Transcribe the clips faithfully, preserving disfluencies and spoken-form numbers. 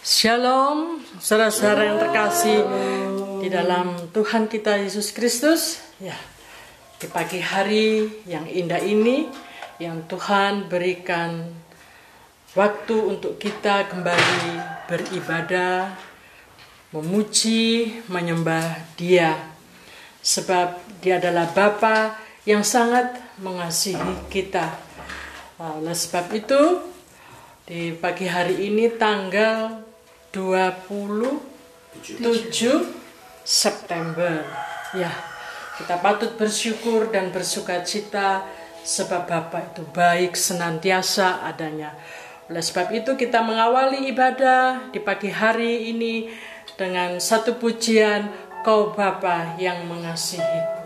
Shalom, saudara-saudara yang terkasih di dalam Tuhan kita Yesus Kristus. Ya, di pagi hari yang indah ini, yang Tuhan berikan waktu untuk kita kembali beribadah, memuji, menyembah Dia. Sebab Dia adalah Bapa yang sangat mengasihi kita. Oleh sebab itu, di pagi hari ini tanggal dua puluh tujuh September, ya, kita patut bersyukur dan bersukacita sebab Bapa itu baik senantiasa adanya. Oleh sebab itu kita mengawali ibadah di pagi hari ini dengan satu pujian, Kau Bapa yang mengasihiku.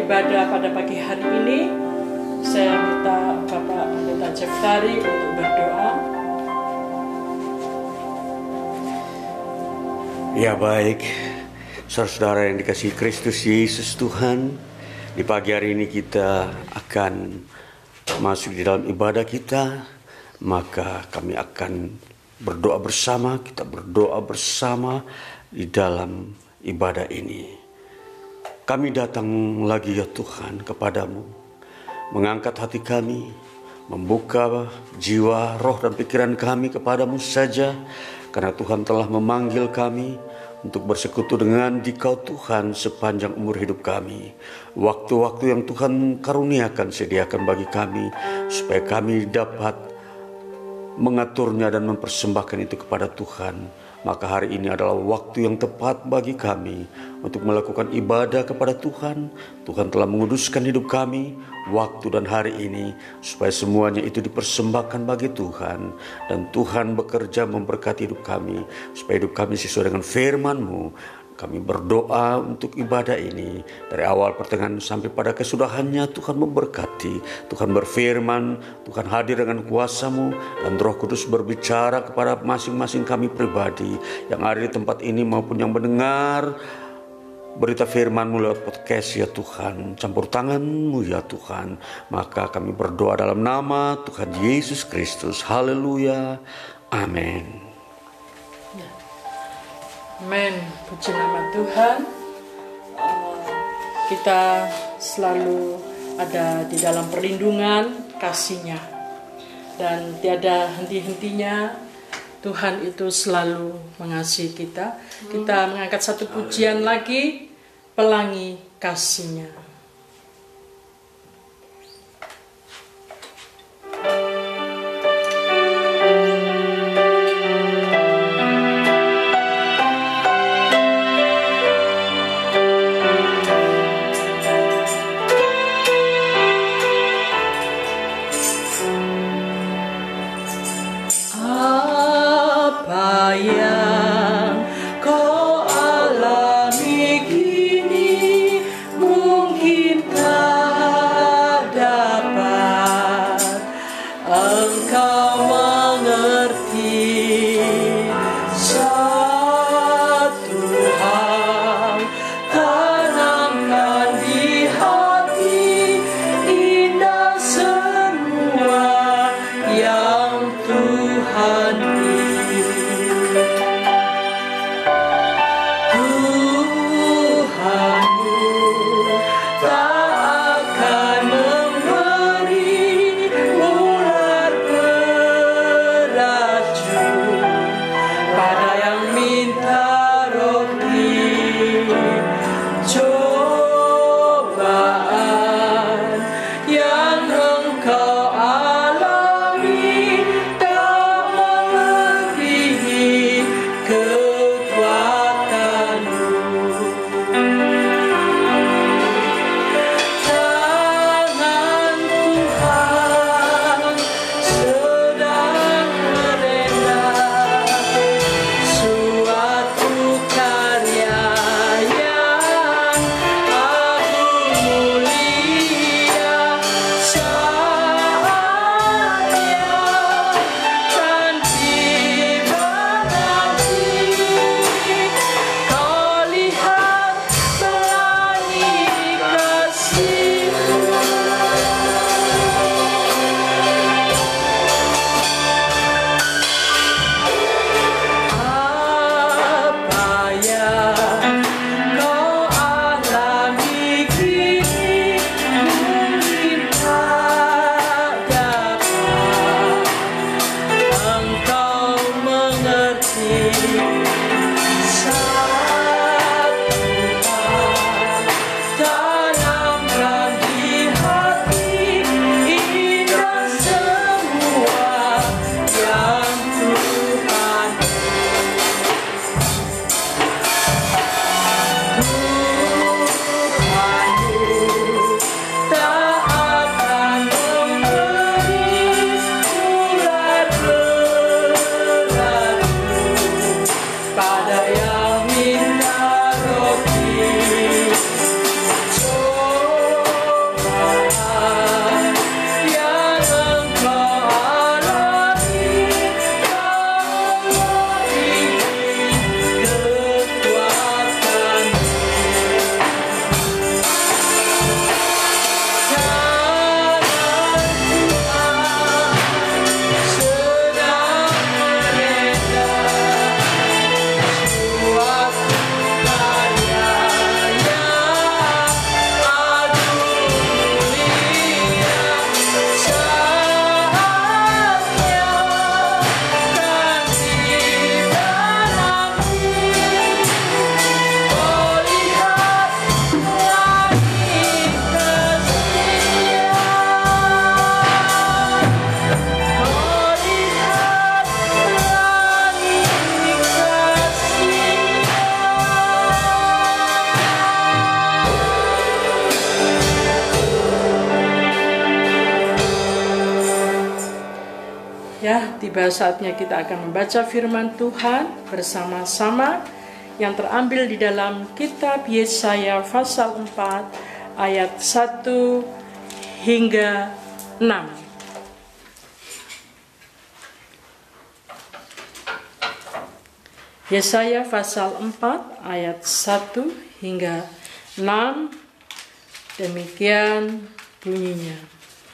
ibadah pada pagi hari ini, saya minta Bapak Pendeta Jeftari untuk berdoa. Ya baik, saudara-saudara yang dikasihi Kristus Yesus Tuhan, di pagi hari ini kita akan masuk di dalam ibadah kita, maka kami akan berdoa bersama, kita berdoa bersama di dalam ibadah ini. Kami datang lagi ya Tuhan kepadamu, mengangkat hati kami, membuka jiwa, roh dan pikiran kami kepadamu saja, karena Tuhan telah memanggil kami untuk bersekutu dengan Dikau Tuhan sepanjang umur hidup kami. Waktu-waktu yang Tuhan karuniakan sediakan bagi kami, supaya kami dapat mengaturnya dan mempersembahkan itu kepada Tuhan. Maka hari ini adalah waktu yang tepat bagi kami untuk melakukan ibadah kepada Tuhan. Tuhan telah menguduskan hidup kami, waktu dan hari ini, supaya semuanya itu dipersembahkan bagi Tuhan. Dan Tuhan bekerja memberkati hidup kami, supaya hidup kami sesuai dengan firman-Mu. Kami berdoa untuk ibadah ini, dari awal pertengahan sampai pada kesudahannya. Tuhan memberkati, Tuhan berfirman, Tuhan hadir dengan kuasa-Mu, dan Roh Kudus berbicara kepada masing-masing kami pribadi yang ada di tempat ini maupun yang mendengar berita firman-Mu lewat podcast ya Tuhan. Campur tangan-Mu ya Tuhan. Maka kami berdoa dalam nama Tuhan Yesus Kristus. Haleluya. Amin. Amin, puji nama Tuhan. Uh, kita selalu ada di dalam perlindungan kasih-Nya, dan tiada henti-hentinya Tuhan itu selalu mengasihi kita. Kita mengangkat satu pujian lagi, Pelangi Kasih-Nya. Yang kau alami kini mungkin tiba saatnya kita akan membaca firman Tuhan bersama-sama yang terambil di dalam kitab Yesaya pasal empat ayat satu hingga enam. Yesaya pasal empat ayat satu hingga enam, demikian bunyinya.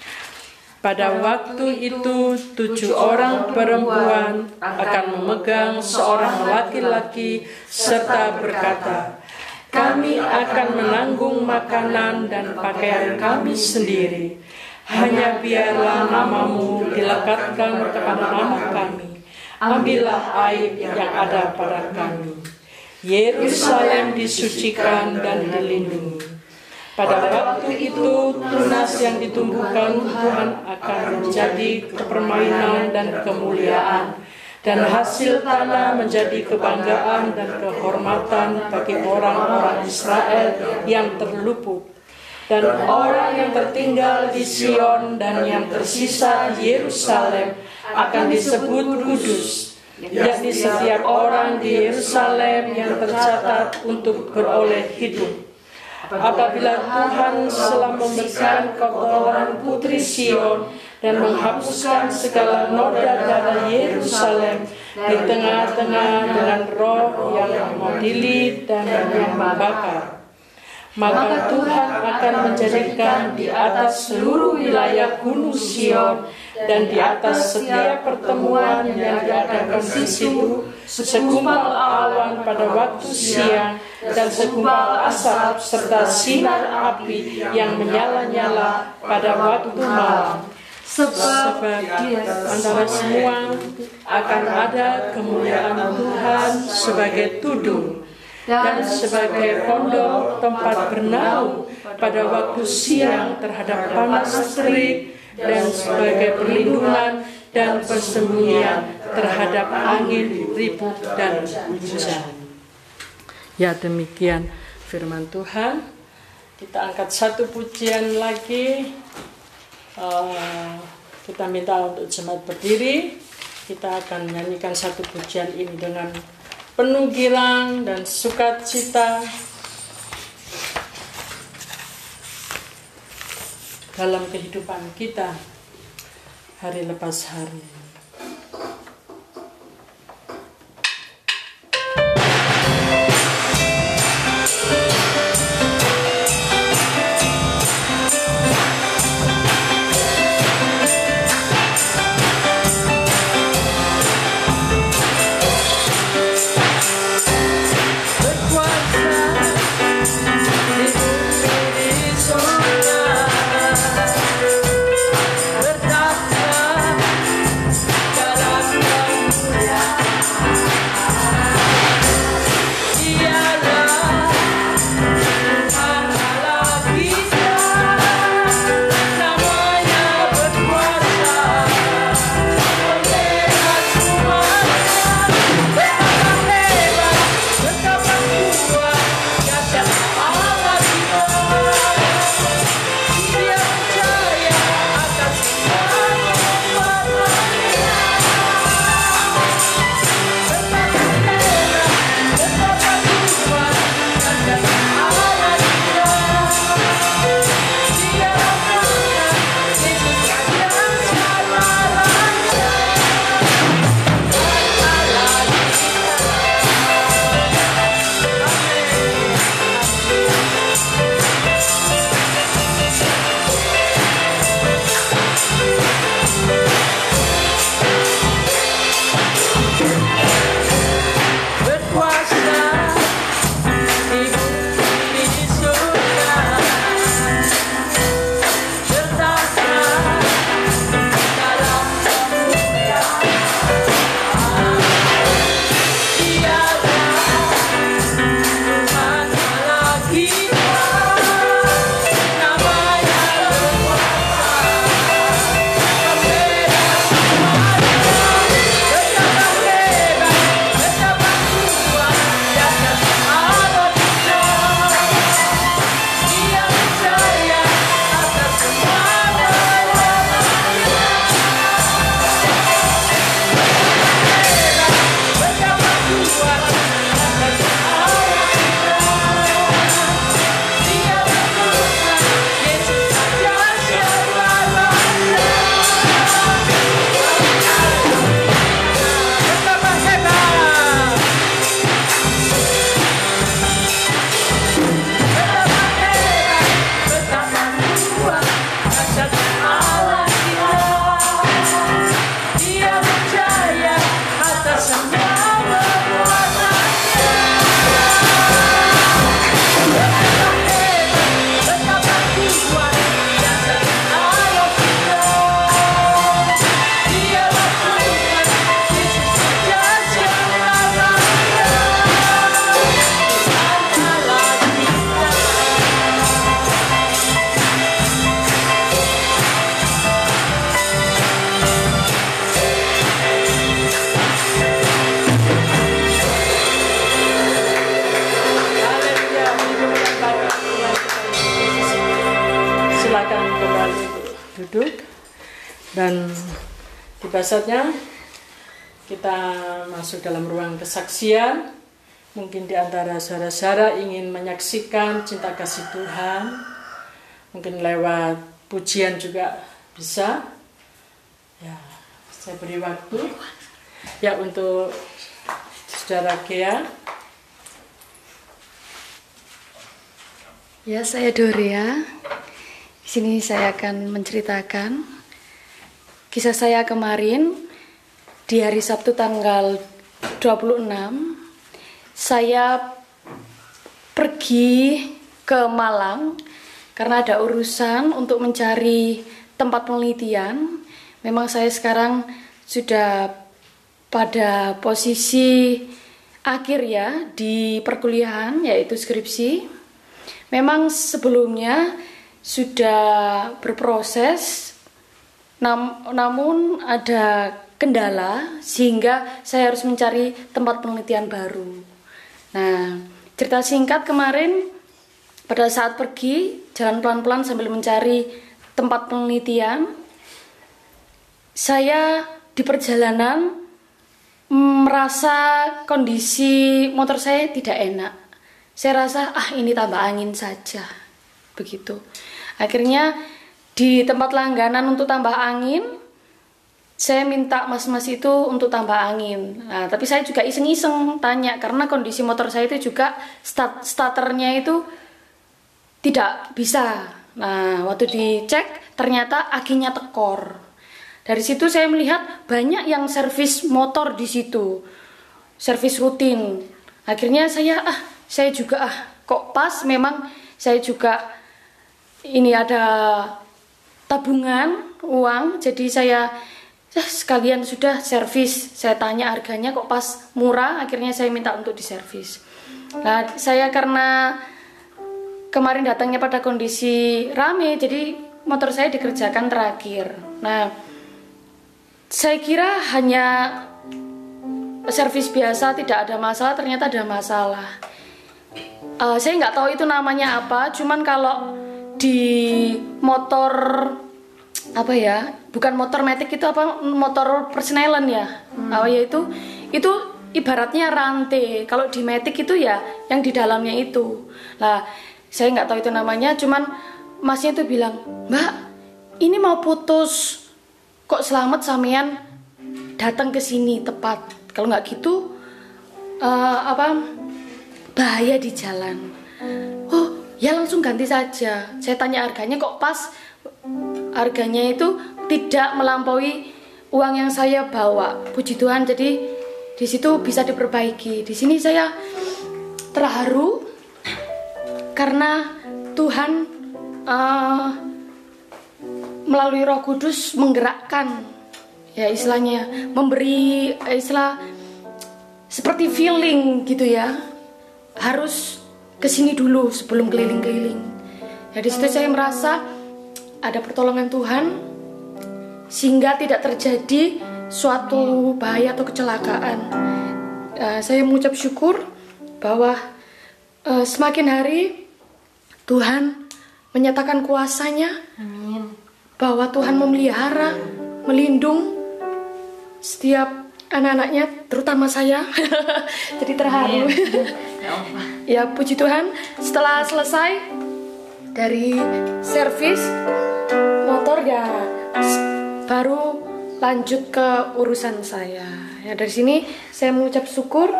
Pada waktu itu tujuh orang perempuan akan memegang seorang laki-laki serta berkata, kami akan menanggung makanan dan pakaian kami sendiri. Hanya biarlah namamu dilekatkan kepada nama kami. Ambillah aib yang ada pada kami. Yerusalem disucikan dan dilindungi. Pada waktu itu tunas yang ditumbuhkan Tuhan akan menjadi kepermainan dan kemuliaan, dan hasil tanah menjadi kebanggaan dan kehormatan bagi orang-orang Israel yang terluput. Dan orang yang tertinggal di Sion dan yang tersisa di Yerusalem akan disebut kudus, yakni setiap orang di Yerusalem yang tercatat untuk beroleh hidup. Apabila Tuhan telah membersihkan kotoran putri Sion dan menghapuskan segala noda darah Yerusalem di tengah-tengah dengan roh yang mengadili dan yang membakar, maka Tuhan akan menjadikan di atas seluruh wilayah gunung Sion dan di atas setiap pertemuan yang diadakan di situ segumpal awan pada waktu siang dan segumpal asap serta sinar api yang menyala-nyala pada waktu malam. Sebab di antara semua akan ada kemuliaan Tuhan sebagai tudung dan sebagai pondok tempat bernaung pada waktu siang terhadap panas terik, dan sebagai perlindungan dan persembunyian terhadap angin ribut dan hujan. Ya, demikian firman Tuhan. Kita angkat satu pujian lagi. Uh, kita minta untuk jemaat berdiri. Kita akan menyanyikan satu pujian ini dengan penuh girang dan sukacita dalam kehidupan kita hari lepas hari. silakan Ibu duduk. Dan tiba saatnya kita masuk dalam ruang kesaksian. Mungkin di antara saudara-saudara ingin menyaksikan cinta kasih Tuhan, mungkin lewat pujian juga bisa. Ya, saya beri waktu ya untuk saudara Gea. Ya, saya Dorea. Di sini saya akan menceritakan kisah saya kemarin di hari Sabtu tanggal dua puluh enam. Saya pergi ke Malang karena ada urusan untuk mencari tempat penelitian. Memang saya sekarang sudah pada posisi akhir ya di perkuliahan, yaitu skripsi. Memang sebelumnya sudah berproses, nam namun ada kendala sehingga saya harus mencari tempat penelitian baru. Nah, cerita singkat kemarin pada saat pergi jalan pelan-pelan sambil mencari tempat penelitian, saya di perjalanan merasa kondisi motor saya tidak enak. Saya rasa ah ini tambah angin saja, begitu. Akhirnya di tempat langganan untuk tambah angin, saya minta mas-mas itu untuk tambah angin. Nah, tapi saya juga iseng-iseng tanya karena kondisi motor saya itu juga start starternya itu tidak bisa. Nah, waktu dicek ternyata akinya tekor. Dari situ saya melihat banyak yang servis motor di situ, servis rutin. Akhirnya saya ah saya juga ah kok pas memang saya juga ini ada tabungan uang, jadi saya ya, sekalian sudah servis. Saya tanya harganya kok pas murah, akhirnya saya minta untuk diservis. Nah, saya karena kemarin datangnya pada kondisi rame, jadi motor saya dikerjakan terakhir. Nah, saya kira hanya servis biasa, tidak ada masalah, ternyata ada masalah. Uh, saya nggak tahu itu namanya apa, cuman kalau di motor apa ya, bukan motor matic itu apa, motor persnelan ya, hmm. oh ya itu itu ibaratnya rantai. Kalau di matic itu ya yang di dalamnya itu. Lah saya nggak tahu itu namanya, cuman masnya itu bilang, Mbak ini mau putus, kok selamat sampean datang ke sini tepat. Kalau nggak gitu uh, apa bahaya di jalan. Oh ya langsung ganti saja. Saya tanya harganya kok pas. Harganya itu tidak melampaui uang yang saya bawa. Puji Tuhan, jadi di situ bisa diperbaiki. Di sini saya terharu karena Tuhan uh, melalui Roh Kudus menggerakkan, ya istilahnya memberi istilah seperti feeling gitu ya. Harus kesini dulu sebelum keliling-keliling. Ya di situ saya merasa ada pertolongan Tuhan sehingga tidak terjadi suatu bahaya atau kecelakaan. Uh, saya mengucap syukur bahwa uh, semakin hari Tuhan menyatakan kuasa-Nya. Amin. Bahwa Tuhan memelihara, melindung setiap anak-anaknya, terutama saya. Jadi terharu. Ya puji Tuhan, setelah selesai dari servis motor ya baru lanjut ke urusan saya. Ya dari sini saya mengucap syukur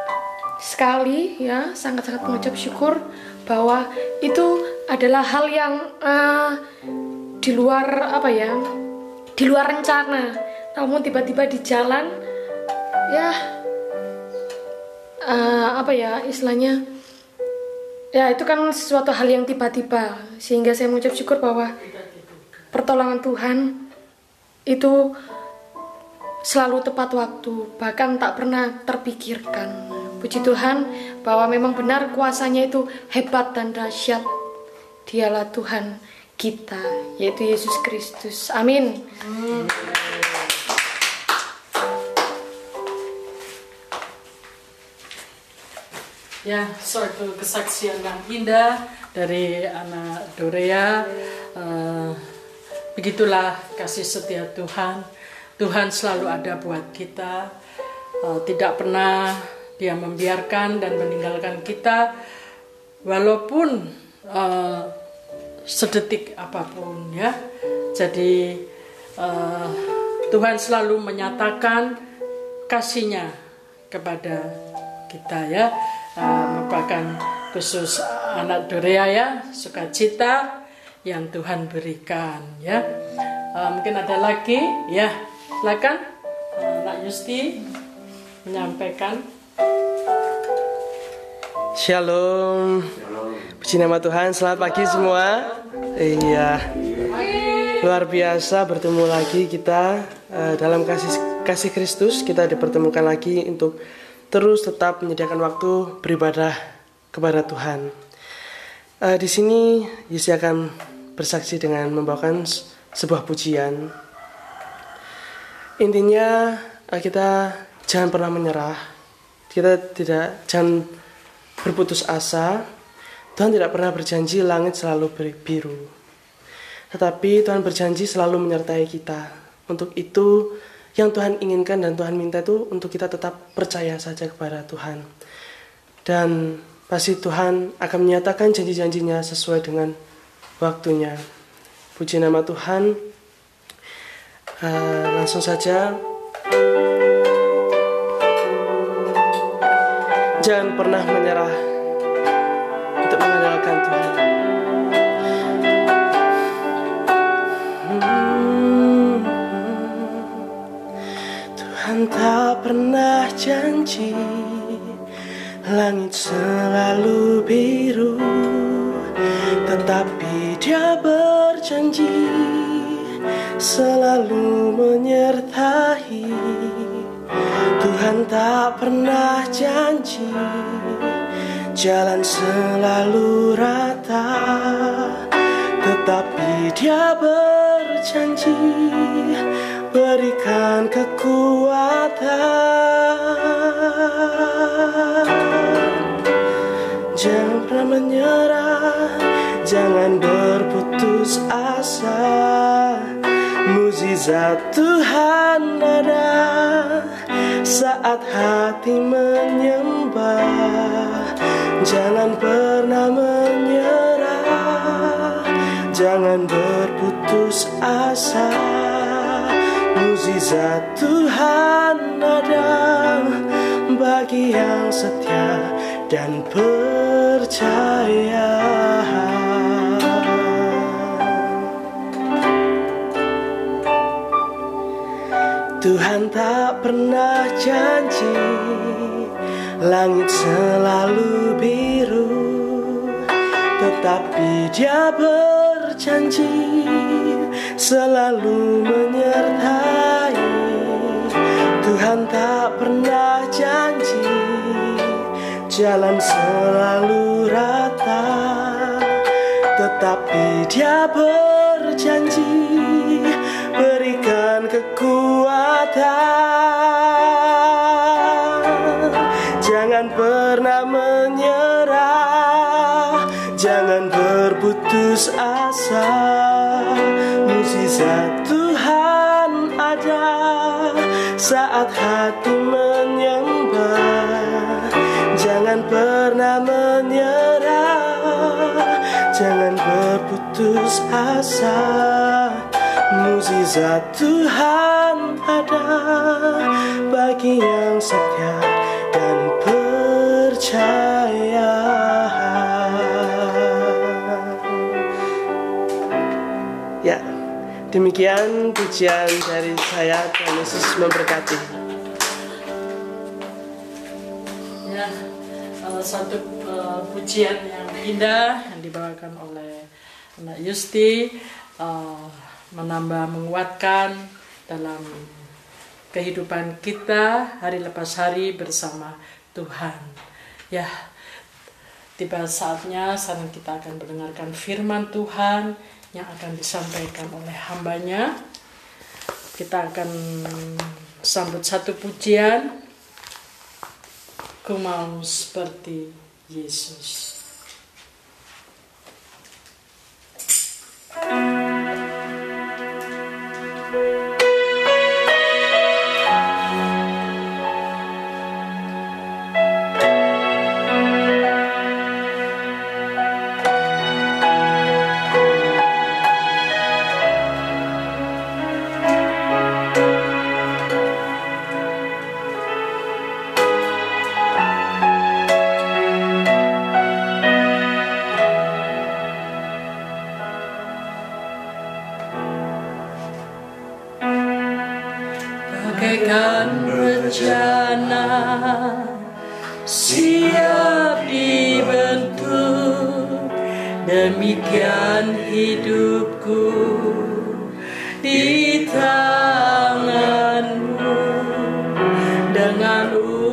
sekali ya, sangat-sangat mengucap syukur bahwa itu adalah hal yang uh, di luar apa ya, di luar rencana. Namun tiba-tiba di jalan ya uh, apa ya istilahnya, ya itu kan sesuatu hal yang tiba-tiba, sehingga saya mengucap syukur bahwa pertolongan Tuhan itu selalu tepat waktu, bahkan tak pernah terpikirkan. Puji Tuhan bahwa memang benar kuasa-Nya itu hebat dan dahsyat. Dialah Tuhan kita, yaitu Yesus Kristus. Amin. Hmm. Ya, suatu kesaksian yang indah dari anak Dorea. Uh, begitulah kasih setia Tuhan. Tuhan selalu ada buat kita. Uh, tidak pernah Dia membiarkan dan meninggalkan kita, walaupun uh, sedetik apapun, ya. Jadi uh, Tuhan selalu menyatakan kasih-Nya kepada kita, ya. Uh, merupakan khusus anak Dorea, ya, sukacita yang Tuhan berikan, ya. Uh, mungkin ada lagi, ya. Silakan uh, Nak Yusti menyampaikan. Shalom. Puji nama Tuhan. Selamat pagi semua. Iya. Luar biasa bertemu lagi kita uh, dalam kasih kasih Kristus. Kita dipertemukan lagi untuk terus tetap menyediakan waktu beribadah kepada Tuhan. Uh, di sini Yusi akan bersaksi dengan membawakan sebuah pujian. Intinya uh, kita jangan pernah menyerah. Kita tidak jangan berputus asa. Tuhan tidak pernah berjanji langit selalu biru, tetapi Tuhan berjanji selalu menyertai kita. Untuk itu yang Tuhan inginkan dan Tuhan minta itu untuk kita tetap percaya saja kepada Tuhan. Dan pasti Tuhan akan menyatakan janji-janjinya sesuai dengan waktunya. Puji nama Tuhan. uh, Langsung saja. Jangan pernah menyerah untuk mengandalkan Tuhan. Hmm, Tuhan tak pernah janji langit selalu biru, tetapi Dia berjanji selalu menyertai. Tuhan tak pernah janji jalan selalu rata, tetapi Dia berjanji berikan kekuatan. Jangan pernah menyerah, jangan berputus asa. Mukjizat Tuhan ada saat hati menyembah. Jangan pernah menyerah, jangan berputus asa. Mukjizat Tuhan ada bagi yang setia dan percaya. Tuhan tak pernah janji langit selalu biru, tetapi Dia berjanji selalu menyertai. Tuhan tak pernah janji jalan selalu rata, tetapi Dia berjanji berikan kekuatan. Jangan pernah menyerah, jangan berputus asa. Mukjizat Tuhan ada saat hati menyembah. Jangan pernah menyerah, jangan berputus asa. Mukjizat Tuhan ada bagi yang setia dan percaya. Ya, demikian pujian dari saya. Tuhan Yesus memberkati. Ya, uh, satu uh, pujian yang indah yang dibawakan oleh Anak Yusti, uh, menambah menguatkan dalam kehidupan kita hari lepas hari bersama Tuhan. Ya, tiba saatnya sekarang kita akan mendengarkan firman Tuhan yang akan disampaikan oleh hambanya. Kita akan sambut satu pujian, Ku Mau Seperti Yesus. bagaikan rencana siap dibentuk, demikian hidupku di tanganmu. Dengan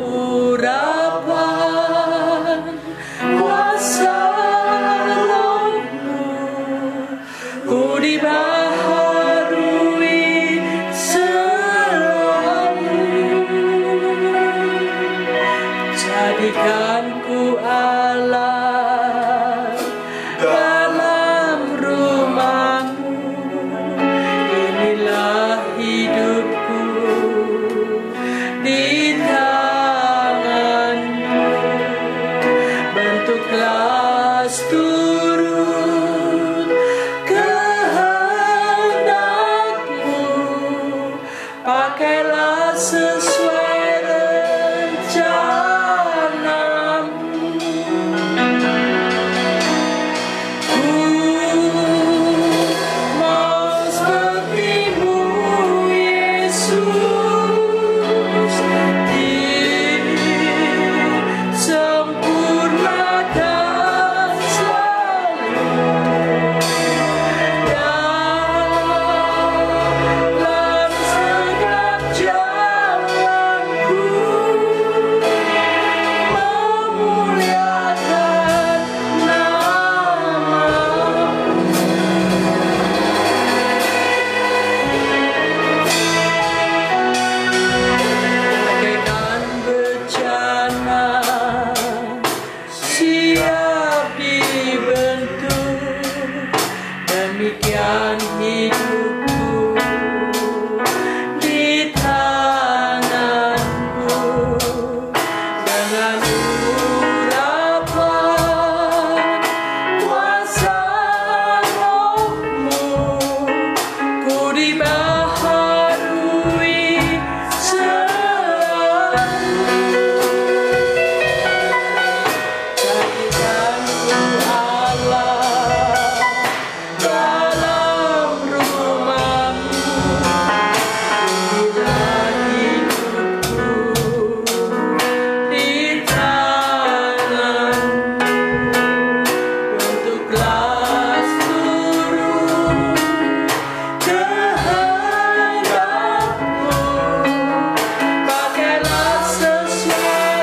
urapan kuasa Rohmu, ku dibaharui selalu. Jadikan ku Allah dalam rumah-Mu, inilah hidupku di tangan-Mu. Bentuklah turut kehendak-Mu, pakailah sesuai rencana-Mu. Ku mau seperti-Mu, Yesus, disempurnakan selalu dalam segala jalanku, memuliakan nama-Mu. Bagaikan bencana siap dibentuk, demikian hidupku di tangan-Mu. Dengan urapan kuasa Rohmu, ku dibaharui selalu. Jadikan ku Allah dalam rumah-Mu, inilah hidupku di tangan-Mu. Bentuklah turut kehendak-Mu, pakailah sesuai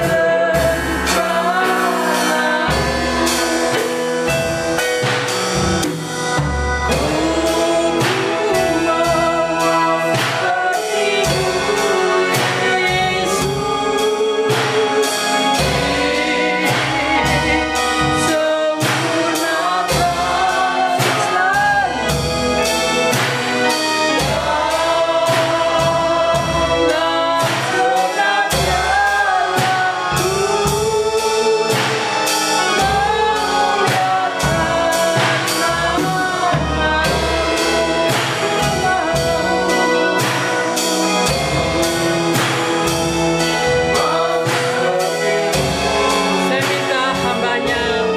saya minta hambanya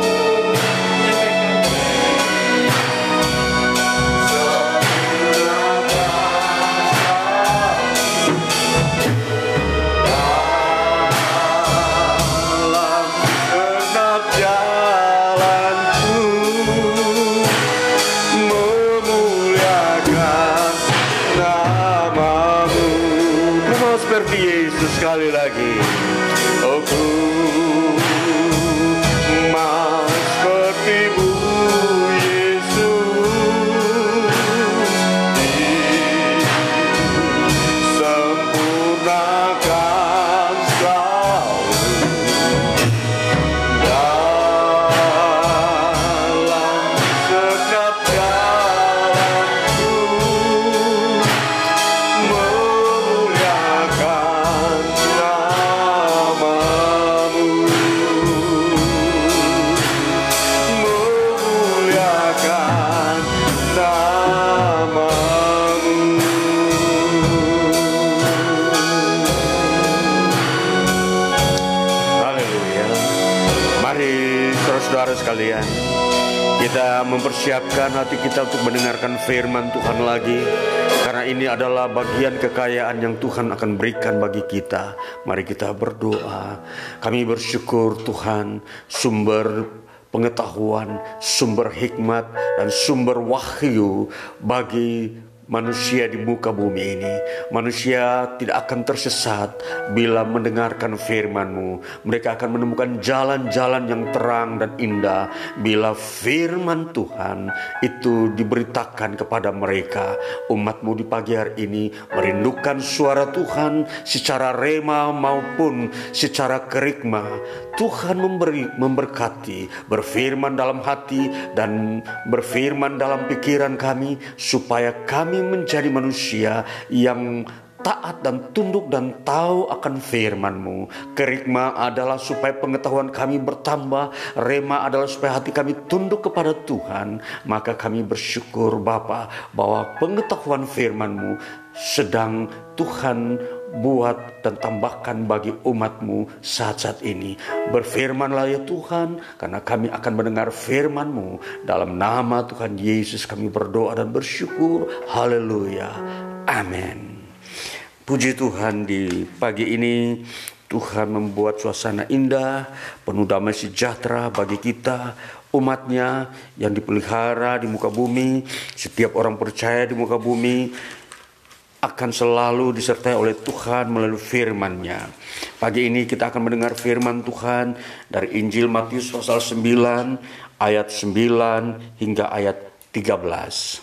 Genap jalanku, memuliakan nama-Mu. Ku mau seperti Yesus sekali lagi. Oh, ku mau seperti-Mu, Yesus, disempurnakan selalu dalam segenap jalanku, memuliakan nama-Mu, memuliakan nama-Mu. Haleluya. Mari saudara-saudara sekalian, Kita mempersiapkan hati kita untuk mendengarkan firman Tuhan lagi, karena ini adalah bagian kekayaan yang Tuhan akan berikan bagi kita. Mari kita berdoa. Kami bersyukur Tuhan, sumber pengetahuan, sumber hikmat, dan sumber wahyu bagi manusia di muka bumi ini. Manusia tidak akan tersesat bila mendengarkan firman-Mu. Mereka akan menemukan jalan-jalan yang terang dan indah bila firman Tuhan itu diberitakan kepada mereka. Umat-Mu di pagi hari ini merindukan suara Tuhan secara rema maupun secara kerikma. Tuhan memberi, memberkati, berfirman dalam hati dan berfirman dalam pikiran kami, supaya kami menjadi manusia yang taat dan tunduk dan tahu akan firman-Mu. Kerikma adalah supaya pengetahuan kami bertambah, rema adalah supaya hati kami tunduk kepada Tuhan. Maka kami bersyukur Bapa bahwa pengetahuan firman-Mu sedang Tuhan buat dan tambahkan bagi umat-Mu saat-saat ini. Berfirmanlah ya Tuhan, karena kami akan mendengar firman-Mu. Dalam nama Tuhan Yesus kami berdoa dan bersyukur. Haleluya. Amin. Puji Tuhan, di pagi ini Tuhan membuat suasana indah, penuh damai sejahtera bagi kita, umat-Nya yang dipelihara di muka bumi. Setiap orang percaya di muka bumi akan selalu disertai oleh Tuhan melalui firman-Nya. Pagi ini kita akan mendengar firman Tuhan dari Injil Matius pasal sembilan ayat sembilan hingga ayat tiga belas.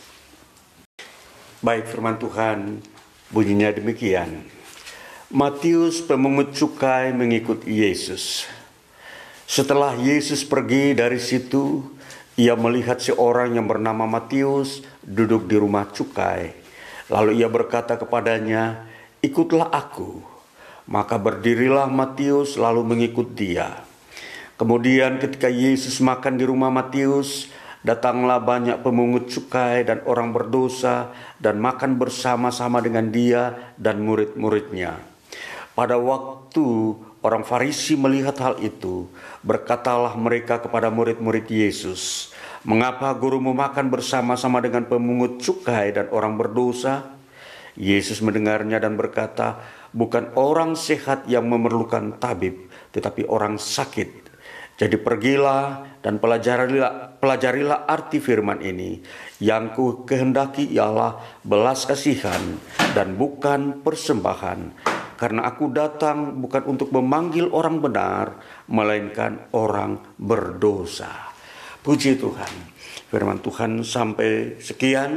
Baik, firman Tuhan bunyinya demikian. Matius pemungut cukai mengikut Yesus. Setelah Yesus pergi dari situ, ia melihat seorang yang bernama Matius duduk di rumah cukai. Lalu ia berkata kepadanya, "Ikutlah aku." Maka berdirilah Matius lalu mengikut dia. Kemudian ketika Yesus makan di rumah Matius, datanglah banyak pemungut cukai dan orang berdosa dan makan bersama-sama dengan dia dan murid-muridnya. Pada waktu orang Farisi melihat hal itu, berkatalah mereka kepada murid-murid Yesus, "Mengapa gurumu makan bersama-sama dengan pemungut cukai dan orang berdosa?" Yesus mendengarnya dan berkata, "Bukan orang sehat yang memerlukan tabib, tetapi orang sakit. Jadi pergilah dan pelajarilah, pelajarilah arti firman ini. Yang ku kehendaki ialah belas kasihan dan bukan persembahan. Karena aku datang bukan untuk memanggil orang benar, melainkan orang berdosa." Puji Tuhan. Firman Tuhan sampai sekian.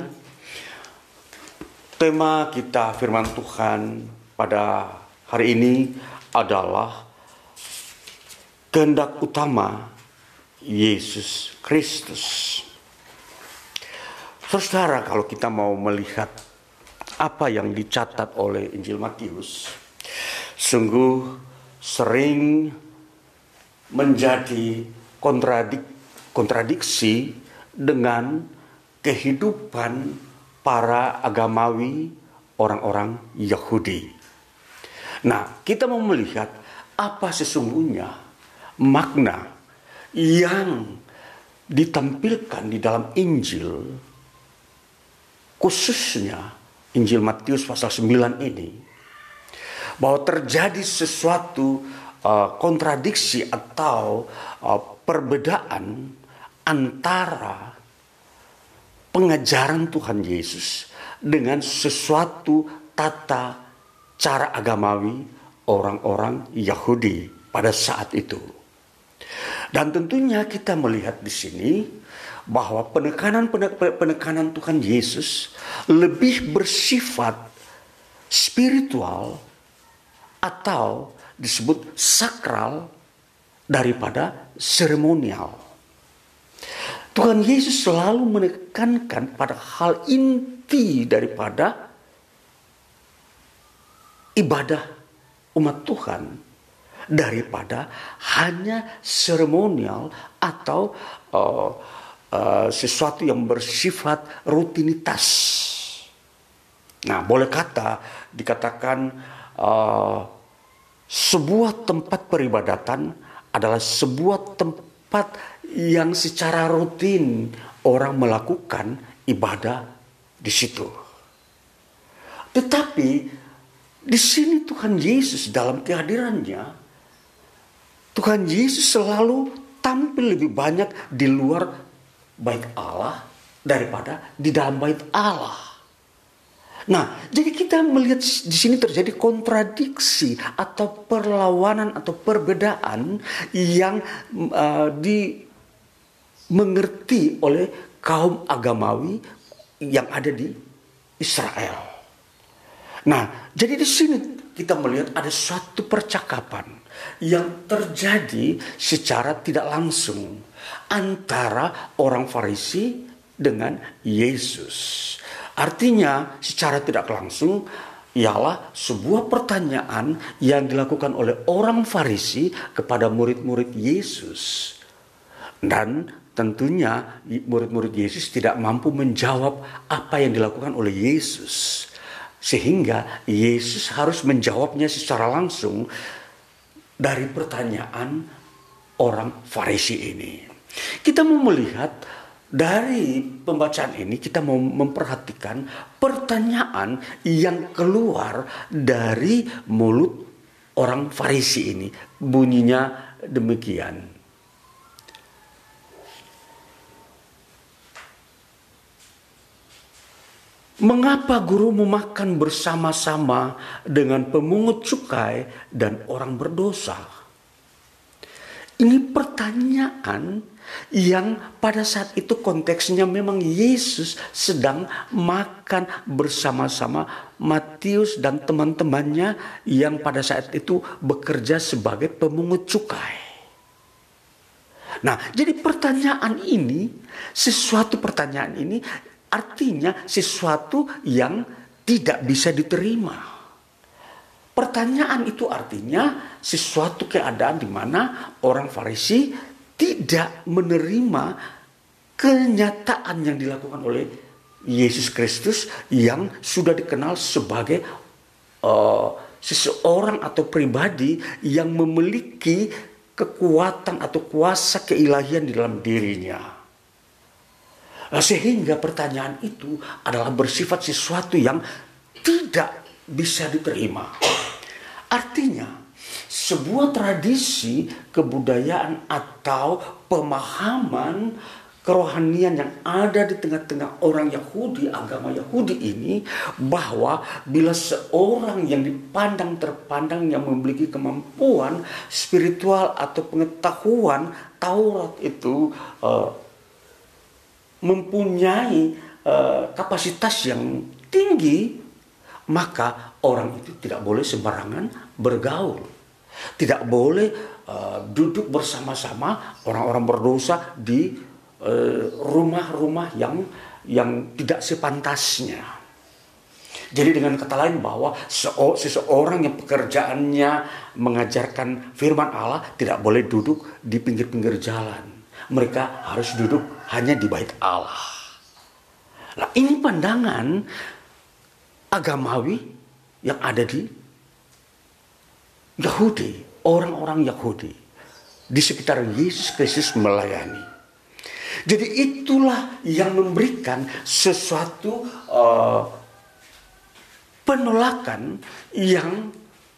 Tema kita firman Tuhan pada hari ini adalah kehendak utama Yesus Kristus. Saudara, kalau kita mau melihat apa yang dicatat oleh Injil Matius, sungguh sering menjadi kontradik kontradiksi dengan kehidupan para agamawi, orang-orang Yahudi. Nah, kita mau melihat apa sesungguhnya makna yang ditampilkan di dalam Injil, khususnya Injil Matius pasal sembilan ini, bahwa terjadi sesuatu uh, kontradiksi atau uh, perbedaan antara pengajaran Tuhan Yesus dengan sesuatu tata cara agamawi orang-orang Yahudi pada saat itu. Dan tentunya kita melihat di sini bahwa penekanan penekanan Tuhan Yesus lebih bersifat spiritual atau disebut sakral daripada seremonial. Tuhan Yesus selalu menekankan pada hal inti daripada ibadah umat Tuhan, daripada hanya seremonial atau uh, uh, sesuatu yang bersifat rutinitas. Nah, boleh kata dikatakan uh, sebuah tempat peribadatan adalah sebuah tempat yang secara rutin orang melakukan ibadah di situ. Tetapi di sini Tuhan Yesus dalam kehadirannya, Tuhan Yesus selalu tampil lebih banyak di luar bait Allah daripada di dalam bait Allah. Nah, jadi kita melihat di sini terjadi kontradiksi atau perlawanan atau perbedaan yang uh, dimengerti oleh kaum agamawi yang ada di Israel. Nah, jadi di sini kita melihat ada suatu percakapan yang terjadi secara tidak langsung antara orang Farisi dengan Yesus. Artinya secara tidak langsung ialah sebuah pertanyaan yang dilakukan oleh orang Farisi kepada murid-murid Yesus. Dan tentunya murid-murid Yesus tidak mampu menjawab apa yang dilakukan oleh Yesus. Sehingga Yesus harus menjawabnya secara langsung dari pertanyaan orang Farisi ini. Kita mau melihat dari pembacaan ini, kita mau memperhatikan pertanyaan yang keluar dari mulut orang Farisi ini. Bunyinya demikian. Mengapa gurumu makan bersama-sama dengan pemungut cukai dan orang berdosa? Ini pertanyaan yang pada saat itu konteksnya memang Yesus sedang makan bersama-sama Matius dan teman-temannya yang pada saat itu bekerja sebagai pemungut cukai. Nah, jadi pertanyaan ini, sesuatu pertanyaan ini artinya sesuatu yang tidak bisa diterima. Pertanyaan itu artinya sesuatu keadaan di mana orang Farisi tidak menerima kenyataan yang dilakukan oleh Yesus Kristus yang sudah dikenal sebagai uh, seseorang atau pribadi yang memiliki kekuatan atau kuasa keilahian di dalam dirinya. Sehingga pertanyaan itu adalah bersifat sesuatu yang tidak bisa diterima. Artinya, sebuah tradisi, kebudayaan atau pemahaman kerohanian yang ada di tengah-tengah orang Yahudi, agama Yahudi ini, bahwa bila seorang yang dipandang terpandang yang memiliki kemampuan spiritual atau pengetahuan Taurat itu uh, mempunyai uh, kapasitas yang tinggi, maka orang itu tidak boleh sembarangan bergaul. Tidak boleh uh, duduk bersama-sama orang-orang berdosa di uh, rumah-rumah yang yang tidak sepantasnya. Jadi dengan kata lain bahwa seseorang yang pekerjaannya mengajarkan firman Allah tidak boleh duduk di pinggir-pinggir jalan. Mereka harus duduk hanya di bait Allah. Nah, ini pandangan agamawi yang ada di Yahudi, orang-orang Yahudi di sekitar Yesus Kristus melayani. Jadi itulah yang memberikan sesuatu uh, penolakan yang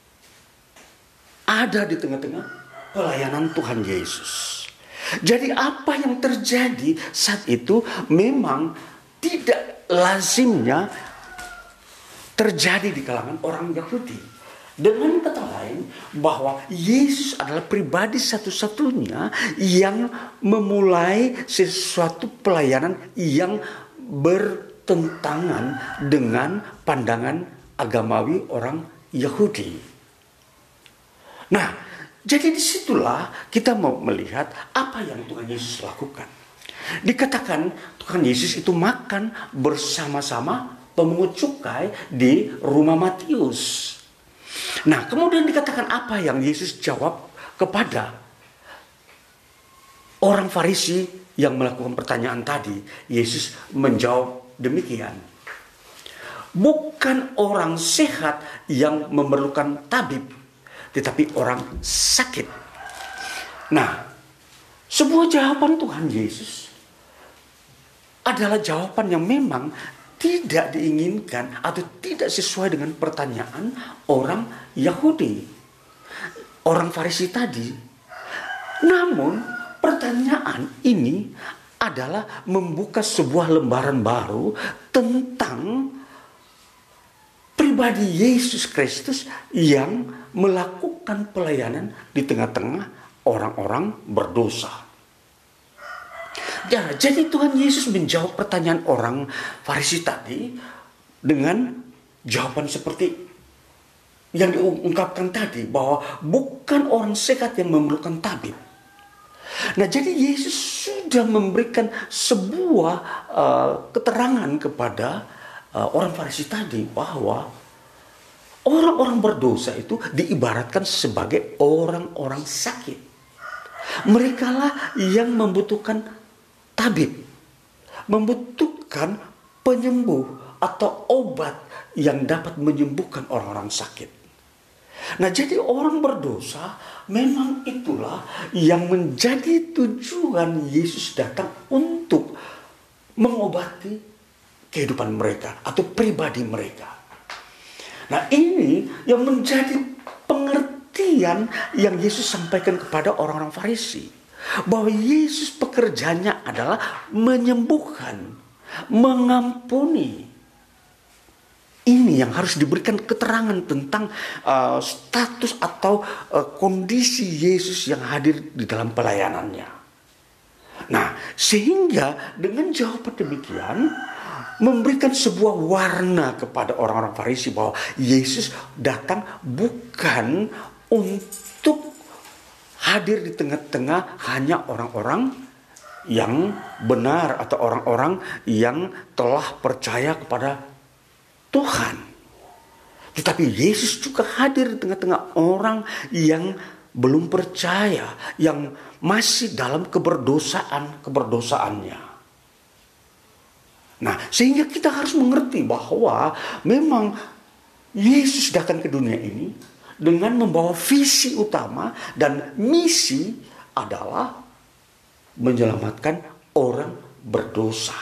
ada di tengah-tengah pelayanan Tuhan Yesus. Jadi apa yang terjadi saat itu memang tidak lazimnya terjadi di kalangan orang Yahudi. Dengan kata lain, bahwa Yesus adalah pribadi satu-satunya yang memulai sesuatu pelayanan yang bertentangan dengan pandangan agamawi orang Yahudi. Nah, jadi disitulah kita mau melihat apa yang Tuhan Yesus lakukan. Dikatakan Tuhan Yesus itu makan bersama-sama pemungut cukai di rumah Matius. Nah, kemudian dikatakan apa yang Yesus jawab kepada orang Farisi yang melakukan pertanyaan tadi. Yesus menjawab demikian. Bukan orang sehat yang memerlukan tabib, tetapi orang sakit. Nah, sebuah jawaban Tuhan Yesus adalah jawaban yang memang tidak diinginkan atau tidak sesuai dengan pertanyaan orang Yahudi, orang Farisi tadi. Namun pertanyaan ini adalah membuka sebuah lembaran baru tentang pribadi Yesus Kristus yang melakukan pelayanan di tengah-tengah orang-orang berdosa. Ya, jadi Tuhan Yesus menjawab pertanyaan orang Farisi tadi dengan jawaban seperti yang diungkapkan tadi, bahwa bukan orang sehat yang memerlukan tabib. Nah, jadi Yesus sudah memberikan sebuah uh, keterangan kepada uh, orang Farisi tadi bahwa orang-orang berdosa itu diibaratkan sebagai orang-orang sakit. Merekalah yang membutuhkan tabib, membutuhkan penyembuh atau obat yang dapat menyembuhkan orang-orang sakit. Nah, jadi orang berdosa memang itulah yang menjadi tujuan Yesus datang untuk mengobati kehidupan mereka atau pribadi mereka. Nah, ini yang menjadi pengertian yang Yesus sampaikan kepada orang-orang Farisi. Bahwa Yesus pekerjaannya adalah menyembuhkan, mengampuni. Ini yang harus diberikan keterangan tentang uh, status atau uh, kondisi Yesus yang hadir di dalam pelayanannya. Nah, sehingga dengan jawaban demikian memberikan sebuah warna kepada orang-orang Farisi bahwa Yesus datang bukan untuk hadir di tengah-tengah hanya orang-orang yang benar atau orang-orang yang telah percaya kepada Tuhan. Tetapi Yesus juga hadir di tengah-tengah orang yang belum percaya, yang masih dalam keberdosaan-keberdosaannya. Nah, sehingga kita harus mengerti bahwa memang Yesus datang ke dunia ini dengan membawa visi utama dan misi adalah menyelamatkan orang berdosa.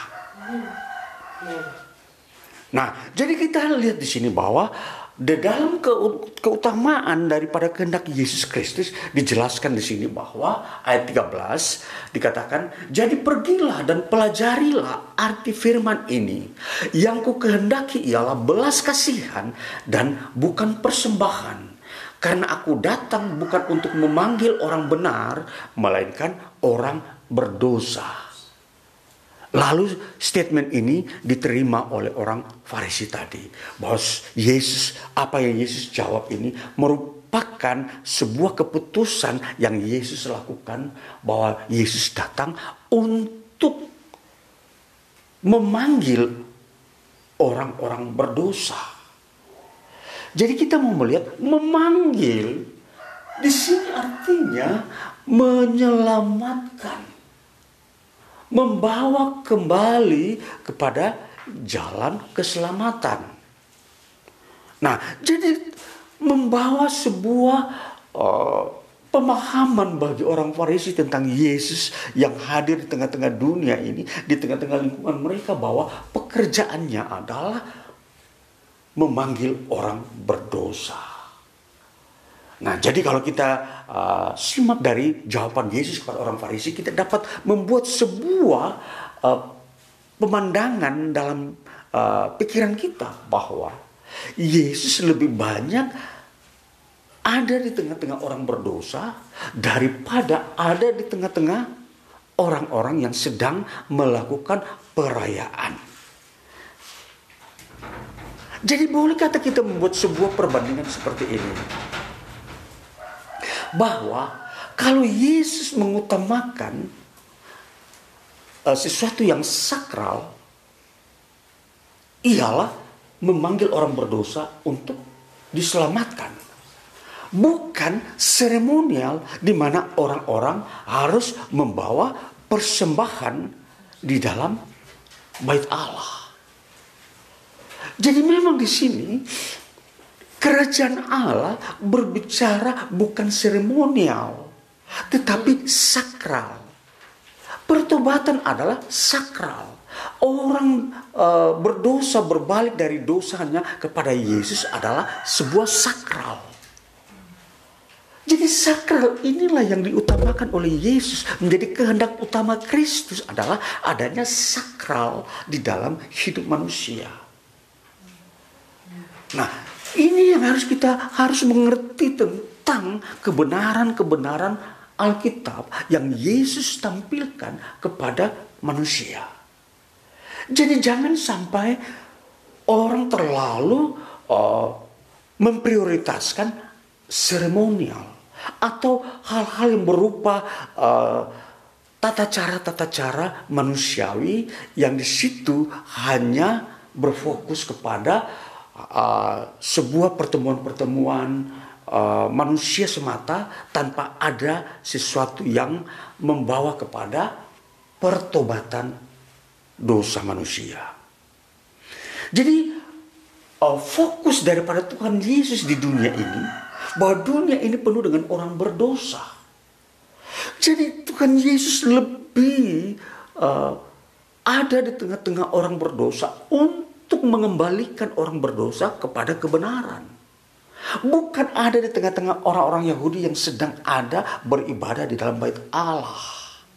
Nah, jadi kita lihat di sini bahwa di dalam keutamaan daripada kehendak Yesus Kristus dijelaskan di sini bahwa ayat tiga belas dikatakan, jadi pergilah dan pelajarilah arti firman ini. Yang ku kehendaki ialah belas kasihan dan bukan persembahan. Karena aku datang bukan untuk memanggil orang benar, melainkan orang berdosa. Lalu statement ini diterima oleh orang Farisi tadi. Bahwa Yesus, apa yang Yesus jawab ini merupakan sebuah keputusan yang Yesus lakukan. Bahwa Yesus datang untuk memanggil orang-orang berdosa. Jadi kita mau melihat memanggil di sini artinya menyelamatkan, membawa kembali kepada jalan keselamatan. Nah, jadi membawa sebuah uh, pemahaman bagi orang Farisi tentang Yesus yang hadir di tengah-tengah dunia ini, di tengah-tengah lingkungan mereka, bahwa pekerjaannya adalah memanggil orang berdosa. Nah, jadi kalau kita uh, simak dari jawaban Yesus kepada orang Farisi, kita dapat membuat sebuah uh, pemandangan dalam uh, pikiran kita bahwa Yesus lebih banyak ada di tengah-tengah orang berdosa daripada ada di tengah-tengah orang-orang yang sedang melakukan perayaan. Jadi boleh kata kita membuat sebuah perbandingan seperti ini. Bahwa kalau Yesus mengutamakan uh, sesuatu yang sakral, ialah memanggil orang berdosa untuk diselamatkan. Bukan seremonial di mana orang-orang harus membawa persembahan di dalam bait Allah. Jadi memang di sini kerajaan Allah berbicara bukan seremonial, tetapi sakral. Pertobatan adalah sakral. Orang uh, berdosa berbalik dari dosanya kepada Yesus adalah sebuah sakral. Jadi sakral inilah yang diutamakan oleh Yesus. Menjadi kehendak utama Kristus adalah adanya sakral di dalam hidup manusia. Nah, ini yang harus kita harus mengerti tentang kebenaran-kebenaran Alkitab yang Yesus tampilkan kepada manusia. Jadi jangan sampai orang terlalu uh, memprioritaskan seremonial atau hal-hal yang berupa uh, tata cara-tata cara manusiawi yang di situ hanya berfokus kepada uh, sebuah pertemuan-pertemuan uh, manusia semata tanpa ada sesuatu yang membawa kepada pertobatan dosa manusia. Jadi uh, fokus daripada Tuhan Yesus di dunia ini bahwa dunia ini penuh dengan orang berdosa. Jadi Tuhan Yesus lebih uh, ada di tengah-tengah orang berdosa untuk mengembalikan orang berdosa kepada kebenaran. Bukan ada di tengah-tengah orang-orang Yahudi yang sedang ada beribadah di dalam bait Allah.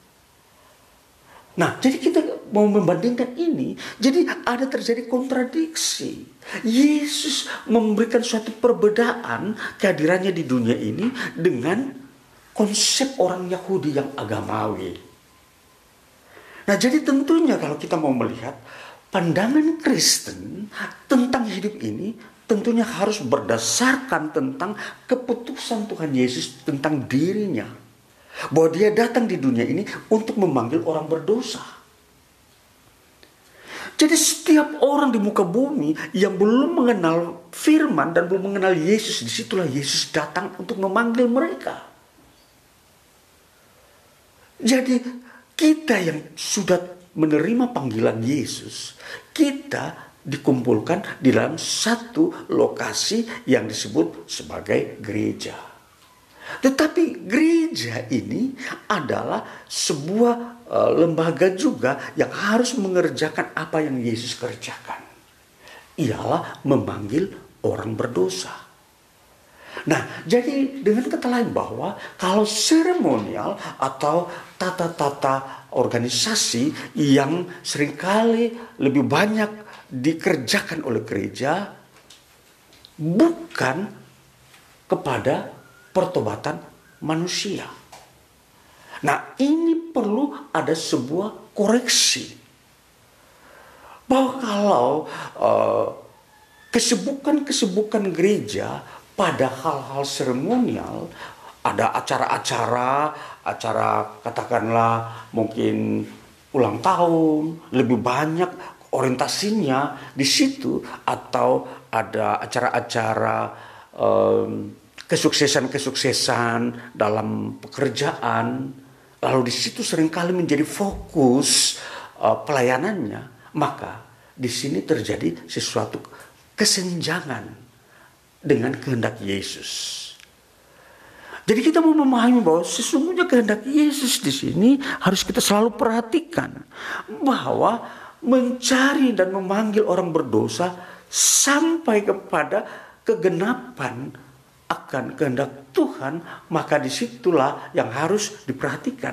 Nah, jadi kita mau membandingkan ini, jadi ada terjadi kontradiksi. Yesus memberikan suatu perbedaan kehadirannya di dunia ini dengan konsep orang Yahudi yang agamawi. Nah, jadi tentunya kalau kita mau melihat pandangan Kristen tentang hidup ini, tentunya harus berdasarkan tentang keputusan Tuhan Yesus tentang dirinya. Bahwa dia datang di dunia ini untuk memanggil orang berdosa. Jadi setiap orang di muka bumi yang belum mengenal firman dan belum mengenal Yesus, disitulah Yesus datang untuk memanggil mereka. Jadi kita yang sudah menerima panggilan Yesus, kita dikumpulkan di dalam satu lokasi yang disebut sebagai gereja. Tetapi gereja ini adalah sebuah uh, lembaga juga yang harus mengerjakan apa yang Yesus kerjakan. Ialah memanggil orang berdosa. Nah, jadi dengan kata lain bahwa kalau seremonial atau tata-tata organisasi yang seringkali lebih banyak dikerjakan oleh gereja bukan kepada pertobatan manusia. Nah, ini perlu ada sebuah koreksi. Bahwa kalau uh, kesibukan-kesibukan gereja pada hal-hal seremonial, ada acara-acara, acara katakanlah mungkin ulang tahun, lebih banyak orientasinya di situ, atau ada acara-acara um, kesuksesan-kesuksesan dalam pekerjaan, lalu di situ seringkali menjadi fokus uh, pelayanannya, maka di sini terjadi sesuatu kesenjangan dengan kehendak Yesus. Jadi kita mau memahami bahwa sesungguhnya kehendak Yesus di sini harus kita selalu perhatikan, bahwa mencari dan memanggil orang berdosa sampai kepada kegenapan akan kehendak Tuhan, maka disitulah yang harus diperhatikan.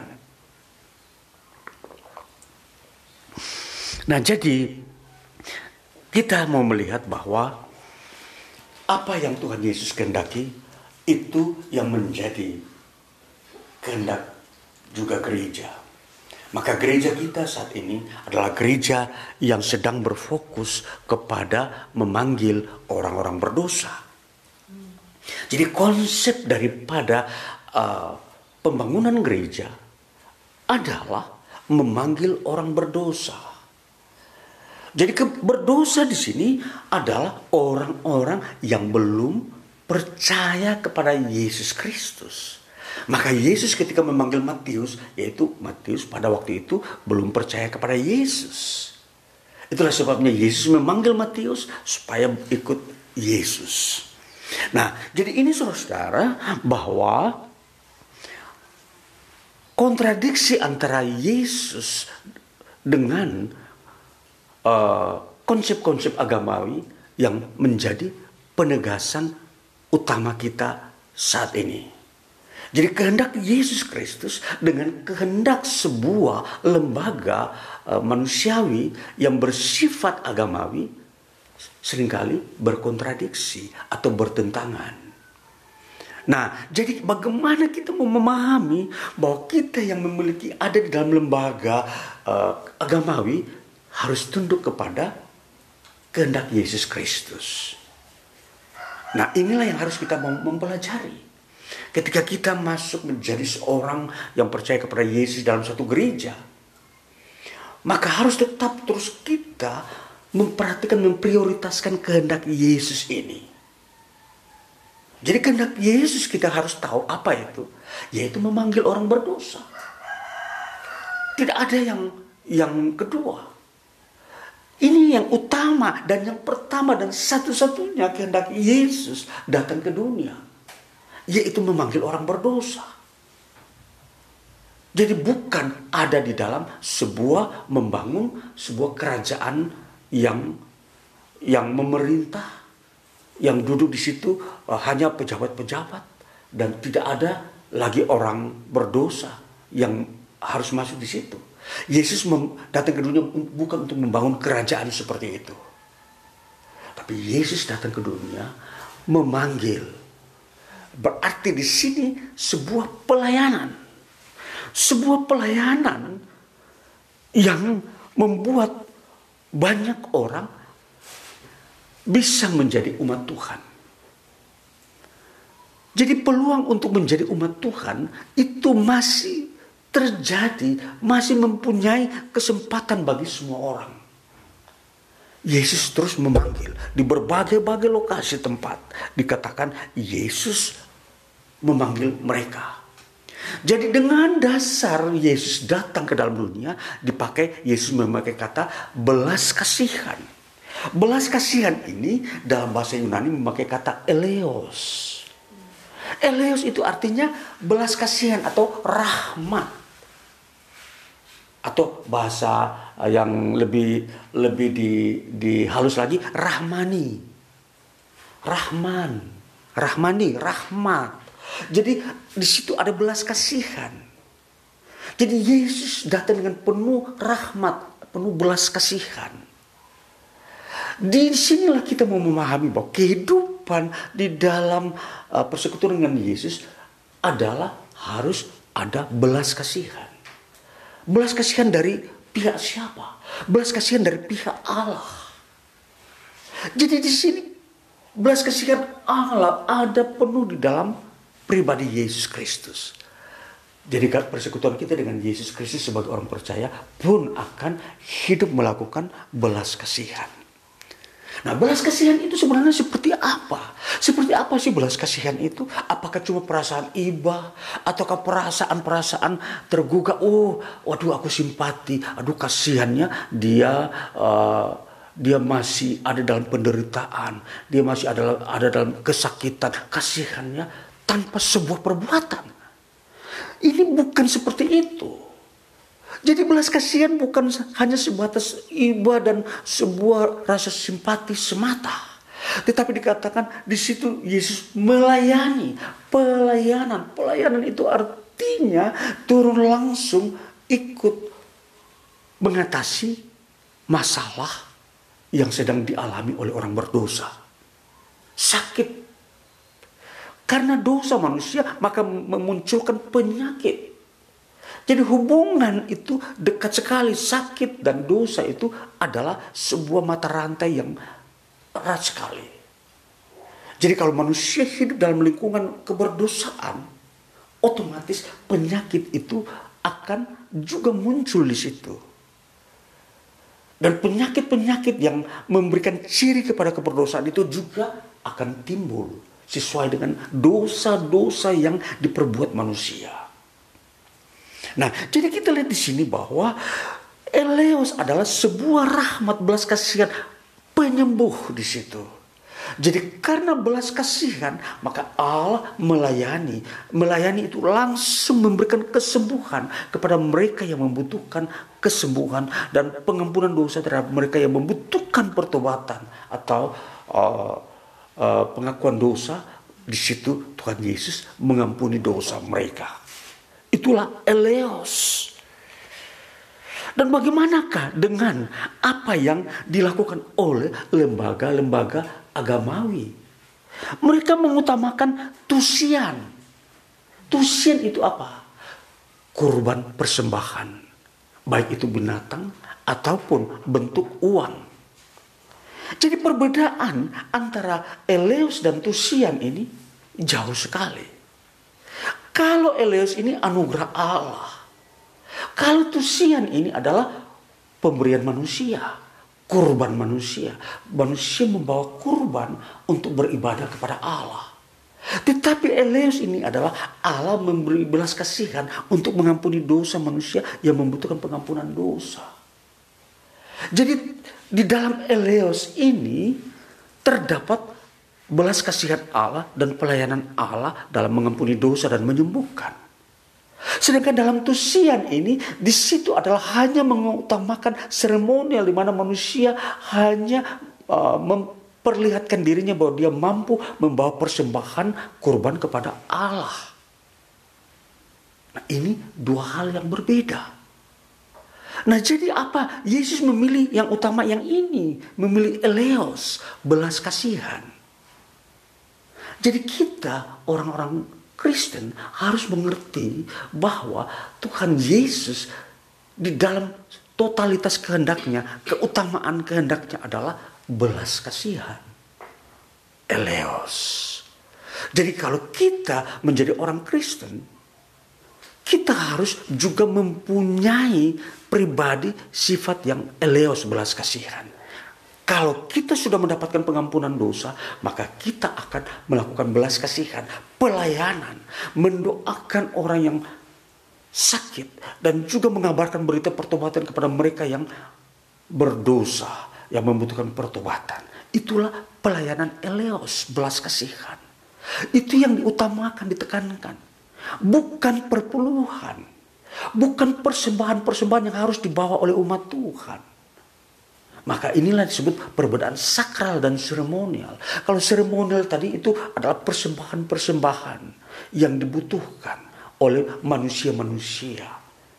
Nah, jadi kita mau melihat bahwa apa yang Tuhan Yesus kehendaki itu yang menjadi kehendak juga gereja. Maka gereja kita saat ini adalah gereja yang sedang berfokus kepada memanggil orang-orang berdosa. Jadi konsep daripada uh, pembangunan gereja adalah memanggil orang berdosa. Jadi berdosa di sini adalah orang-orang yang belum percaya kepada Yesus Kristus. Maka Yesus ketika memanggil Matius, yaitu Matius pada waktu itu belum percaya kepada Yesus. Itulah sebabnya Yesus memanggil Matius supaya ikut Yesus. Nah, jadi ini saudara-saudara bahwa kontradiksi antara Yesus dengan uh, konsep-konsep agamawi yang menjadi penegasan utama kita saat ini. Jadi kehendak Yesus Kristus dengan kehendak sebuah lembaga uh, manusiawi yang bersifat agamawi seringkali berkontradiksi atau bertentangan. Nah, jadi bagaimana kita mau memahami bahwa kita yang memiliki ada di dalam lembaga uh, agamawi harus tunduk kepada kehendak Yesus Kristus. Nah, inilah yang harus kita mempelajari. Ketika kita masuk menjadi seorang yang percaya kepada Yesus dalam satu gereja, maka harus tetap terus kita memperhatikan, memprioritaskan kehendak Yesus ini. Jadi kehendak Yesus kita harus tahu apa itu, yaitu memanggil orang berdosa. Tidak ada yang yang kedua. Ini yang utama dan yang pertama dan satu-satunya kehendak Yesus datang ke dunia, yaitu memanggil orang berdosa. Jadi bukan ada di dalam sebuah membangun sebuah kerajaan yang yang memerintah, yang duduk di situ uh, hanya pejabat-pejabat dan tidak ada lagi orang berdosa yang harus masuk di situ. Yesus mem- datang ke dunia bukan untuk membangun kerajaan seperti itu. Tapi Yesus datang ke dunia memanggil. Berarti di sini sebuah pelayanan. Sebuah pelayanan yang membuat banyak orang bisa menjadi umat Tuhan. Jadi peluang untuk menjadi umat Tuhan itu masih terjadi, masih mempunyai kesempatan bagi semua orang. Yesus terus memanggil di berbagai-bagai lokasi tempat. Dikatakan Yesus memanggil mereka. Jadi dengan dasar Yesus datang ke dalam dunia, dipakai Yesus memakai kata belas kasihan. Belas kasihan ini dalam bahasa Yunani memakai kata eleos. Eleos itu artinya belas kasihan atau rahmat. Atau bahasa yang lebih lebih di, di halus lagi, rahmani. Rahman, rahmani, rahmat. Jadi di situ ada belas kasihan. Jadi Yesus datang dengan penuh rahmat, penuh belas kasihan. Di sinilah kita mau memahami bahwa kehidupan di dalam uh, persekutuan dengan Yesus adalah harus ada belas kasihan. Belas kasihan dari pihak siapa? Belas kasihan dari pihak Allah. Jadi di sini belas kasihan Allah ada penuh di dalam pribadi Yesus Kristus. Jadi persekutuan kita dengan Yesus Kristus sebagai orang percaya pun akan hidup melakukan belas kasihan. Nah, belas kasihan itu sebenarnya seperti apa? Seperti apa sih belas kasihan itu? Apakah cuma perasaan iba? Ataukah perasaan-perasaan tergugah? Oh, waduh aku simpati. Aduh kasihannya dia uh, dia masih ada dalam penderitaan. Dia masih ada, ada dalam kesakitan. Kasihannya tanpa sebuah perbuatan. Ini bukan seperti itu. Jadi belas kasihan bukan hanya sebatas iba dan sebuah rasa simpati semata. Tetapi dikatakan di situ Yesus melayani. Pelayanan. Pelayanan itu artinya turun langsung ikut mengatasi masalah yang sedang dialami oleh orang berdosa. Sakit. Karena dosa manusia maka memunculkan penyakit. Jadi hubungan itu dekat sekali. Sakit dan dosa itu adalah sebuah mata rantai yang erat sekali. Jadi kalau manusia hidup dalam lingkungan keberdosaan, otomatis penyakit itu akan juga muncul di situ. Dan penyakit-penyakit yang memberikan ciri kepada keberdosaan itu juga akan timbul sesuai dengan dosa-dosa yang diperbuat manusia. Nah, jadi kita lihat di sini bahwa eleos adalah sebuah rahmat belas kasihan penyembuh di situ. Jadi karena belas kasihan, maka Allah melayani. Melayani itu langsung memberikan kesembuhan kepada mereka yang membutuhkan kesembuhan dan pengampunan dosa terhadap mereka yang membutuhkan pertobatan atau uh, uh, pengakuan dosa. Di situ Tuhan Yesus mengampuni dosa mereka. Itulah eleos. Dan bagaimanakah dengan apa yang dilakukan oleh lembaga-lembaga agamawi? Mereka mengutamakan tusian. Tusian itu apa? Kurban persembahan. Baik itu binatang ataupun bentuk uang. Jadi perbedaan antara eleos dan tusian ini jauh sekali. Kalau eleos ini anugerah Allah. Kalau tusian ini adalah pemberian manusia, kurban manusia. Manusia membawa kurban untuk beribadah kepada Allah. Tetapi eleos ini adalah Allah memberi belas kasihan untuk mengampuni dosa manusia yang membutuhkan pengampunan dosa. Jadi di dalam eleos ini terdapat belas kasihan Allah dan pelayanan Allah dalam mengampuni dosa dan menyembuhkan. Sedangkan dalam tusian ini, di situ adalah hanya mengutamakan seremonial di mana manusia hanya uh, memperlihatkan dirinya bahwa dia mampu membawa persembahan kurban kepada Allah. Nah, ini dua hal yang berbeda. Nah, jadi apa? Yesus memilih yang utama yang ini, memilih eleos, belas kasihan. Jadi kita orang-orang Kristen harus mengerti bahwa Tuhan Yesus di dalam totalitas kehendaknya, keutamaan kehendaknya adalah belas kasihan. Eleos. Jadi kalau kita menjadi orang Kristen, kita harus juga mempunyai pribadi sifat yang eleos, belas kasihan. Kalau kita sudah mendapatkan pengampunan dosa, maka kita akan melakukan belas kasihan, pelayanan, mendoakan orang yang sakit, dan juga mengabarkan berita pertobatan kepada mereka yang berdosa, yang membutuhkan pertobatan. Itulah pelayanan eleos, belas kasihan. Itu yang diutamakan, ditekankan. Bukan perpuluhan, bukan persembahan-persembahan yang harus dibawa oleh umat Tuhan. Maka inilah disebut perbedaan sakral dan seremonial. Kalau seremonial tadi itu adalah persembahan-persembahan yang dibutuhkan oleh manusia-manusia.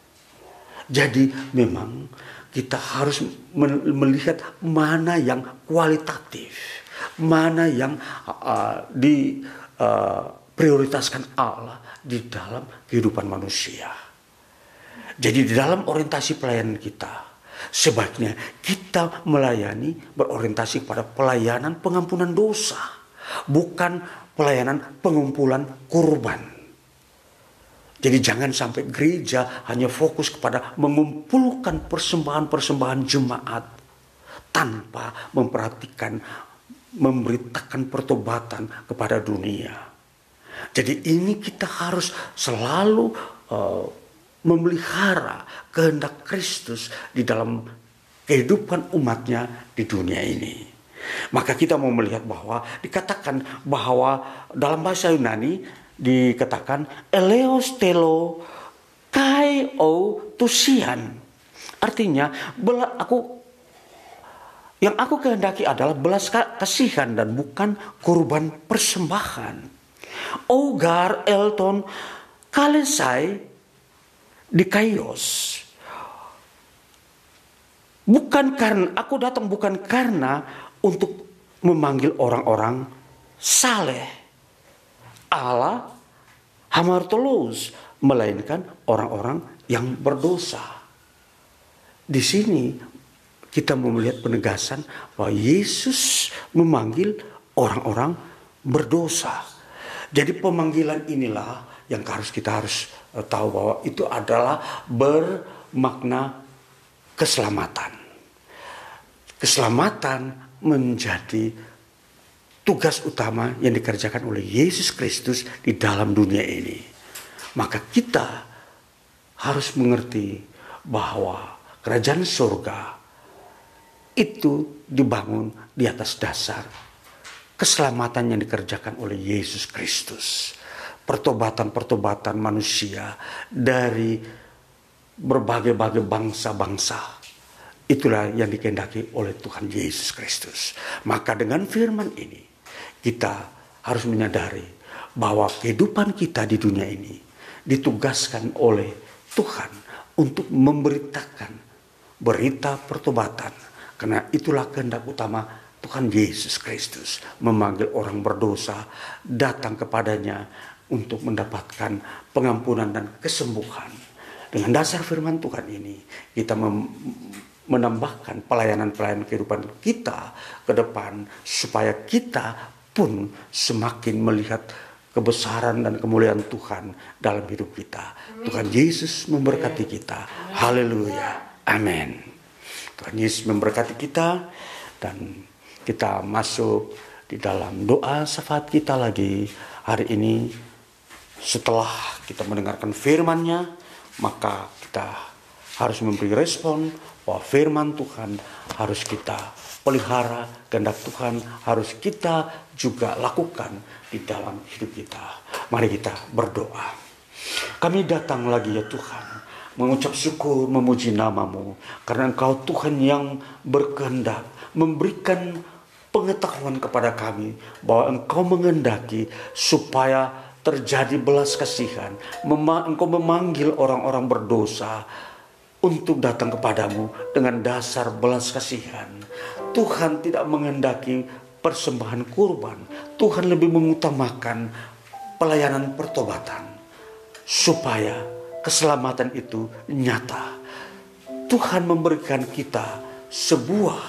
Jadi memang kita harus melihat mana yang kualitatif, mana yang uh, diprioritaskan uh, Allah di dalam kehidupan manusia. Jadi di dalam orientasi pelayanan kita, sebaiknya kita melayani berorientasi pada pelayanan pengampunan dosa, bukan pelayanan pengumpulan kurban. Jadi jangan sampai gereja hanya fokus kepada mengumpulkan persembahan-persembahan jemaat tanpa memperhatikan, memberitakan pertobatan kepada dunia. Jadi ini kita harus selalu uh, memelihara kehendak Kristus di dalam kehidupan umatnya di dunia ini. Maka kita mau melihat bahwa dikatakan bahwa dalam bahasa Yunani dikatakan eleos telo kai o tusian. Artinya bela, aku yang aku kehendaki adalah belas kasihan dan bukan kurban persembahan. Ogar elton kalesai di kaios. Bukan karena aku datang bukan karena untuk memanggil orang-orang saleh, Allah hamartolos, melainkan orang-orang yang berdosa. Di sini kita melihat penegasan bahwa Yesus memanggil orang-orang berdosa. Jadi pemanggilan inilah yang harus kita harus tahu bahwa itu adalah bermakna keselamatan. Keselamatan menjadi tugas utama yang dikerjakan oleh Yesus Kristus di dalam dunia ini. Maka kita harus mengerti bahwa kerajaan surga itu dibangun di atas dasar keselamatan yang dikerjakan oleh Yesus Kristus. Pertobatan-pertobatan manusia dari berbagai-bagai bangsa-bangsa. Itulah yang dikehendaki oleh Tuhan Yesus Kristus. Maka dengan firman ini kita harus menyadari bahwa kehidupan kita di dunia ini ditugaskan oleh Tuhan untuk memberitakan berita pertobatan. Karena itulah kehendak utama Tuhan Yesus Kristus, memanggil orang berdosa datang kepadanya untuk mendapatkan pengampunan dan kesembuhan. Dengan dasar firman Tuhan ini kita mem- menambahkan pelayanan-pelayanan kehidupan kita ke depan, supaya kita pun semakin melihat kebesaran dan kemuliaan Tuhan dalam hidup kita. Tuhan Yesus memberkati kita. Haleluya. Amin. Tuhan Yesus memberkati kita, dan kita masuk di dalam doa syafaat kita lagi hari ini. Setelah kita mendengarkan firman-Nya, maka kita harus memberi respon bahwa firman Tuhan harus kita pelihara, kehendak Tuhan harus kita juga lakukan di dalam hidup kita. Mari kita berdoa. Kami datang lagi ya Tuhan, mengucap syukur, memuji nama-Mu, karena Engkau Tuhan yang berkehendak memberikan pengetahuan kepada kami bahwa Engkau menghendaki supaya terjadi belas kasihan. Engkau memanggil orang-orang berdosa untuk datang kepadamu dengan dasar belas kasihan. Tuhan tidak menghendaki persembahan kurban. Tuhan lebih mengutamakan pelayanan pertobatan, supaya keselamatan itu nyata. Tuhan memberikan kita sebuah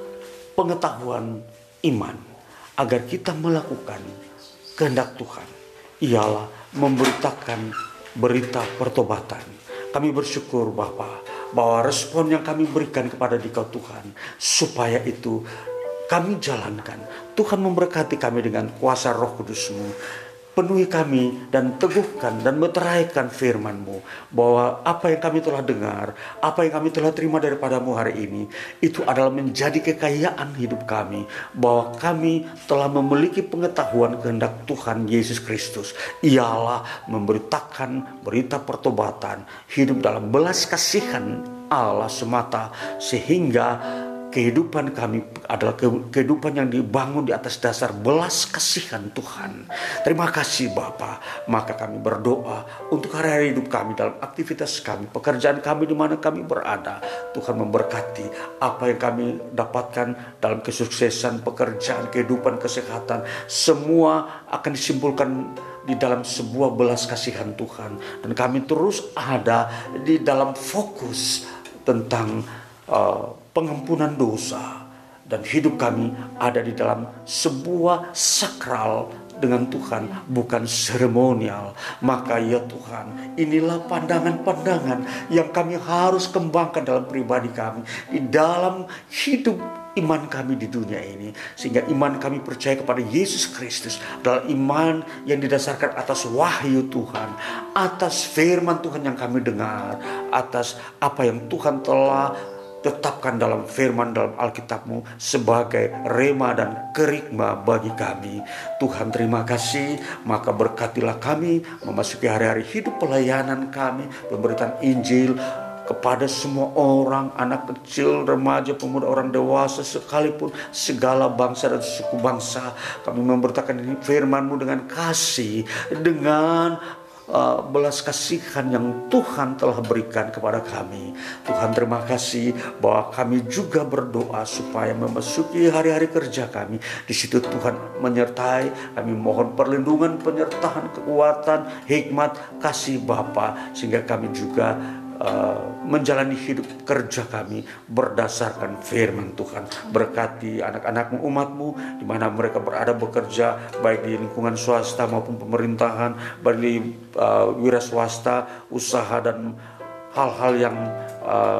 pengetahuan iman agar kita melakukan kehendak Tuhan, ialah memberitakan berita pertobatan. Kami bersyukur Bapa, bahwa respon yang kami berikan kepada Dikau Tuhan, supaya itu kami jalankan. Tuhan memberkati kami dengan kuasa Roh Kudus-Mu. Penuhi kami dan teguhkan dan meteraikan firman-Mu, bahwa apa yang kami telah dengar, apa yang kami telah terima daripada-Mu hari ini, itu adalah menjadi kekayaan hidup kami, bahwa kami telah memiliki pengetahuan kehendak Tuhan Yesus Kristus, ialah memberitakan berita pertobatan, hidup dalam belas kasihan Allah semata, sehingga kehidupan kami adalah kehidupan yang dibangun di atas dasar belas kasihan Tuhan. Terima kasih Bapa. Maka kami berdoa untuk hari-hari hidup kami, dalam aktivitas kami, pekerjaan kami di mana kami berada. Tuhan memberkati apa yang kami dapatkan dalam kesuksesan pekerjaan, kehidupan, kesehatan. Semua akan disimpulkan di dalam sebuah belas kasihan Tuhan. Dan kami terus ada di dalam fokus tentang uh, pengampunan dosa, dan hidup kami ada di dalam sebuah sakral dengan Tuhan, bukan seremonial. Maka ya Tuhan, inilah pandangan-pandangan yang kami harus kembangkan dalam pribadi kami, di dalam hidup iman kami di dunia ini, sehingga iman kami percaya kepada Yesus Kristus adalah iman yang didasarkan atas wahyu Tuhan, atas firman Tuhan yang kami dengar, atas apa yang Tuhan telah tetapkan dalam firman dalam Alkitab-Mu sebagai rema dan kerikma bagi kami. Tuhan terima kasih. Maka berkatilah kami memasuki hari-hari hidup pelayanan kami, pemberitaan Injil kepada semua orang, anak kecil, remaja, pemuda, orang dewasa, sekalipun segala bangsa dan suku bangsa. Kami memberitakan ini firman-Mu dengan kasih, dengan Uh, belas kasihan yang Tuhan telah berikan kepada kami. Tuhan terima kasih bahwa kami juga berdoa supaya memasuki hari-hari kerja kami. Di situ Tuhan menyertai kami, mohon perlindungan, penyertaan, kekuatan, hikmat, kasih Bapa, sehingga kami juga Uh, menjalani hidup kerja kami berdasarkan firman Tuhan. Berkati anak-anak-Mu, umat-Mu, di mana mereka berada bekerja, baik di lingkungan swasta maupun pemerintahan, baik di uh, wira swasta, usaha, dan hal-hal yang uh,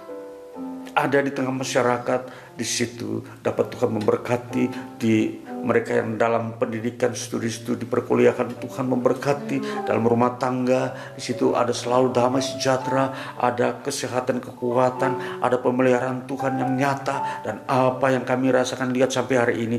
ada di tengah masyarakat. Di situ dapat Tuhan memberkati. Di mereka yang dalam pendidikan, studi-studi, perkuliahan, Tuhan memberkati. Dalam rumah tangga, di situ ada selalu damai sejahtera, ada kesehatan, kekuatan, ada pemeliharaan Tuhan yang nyata. Dan apa yang kami rasakan lihat sampai hari ini,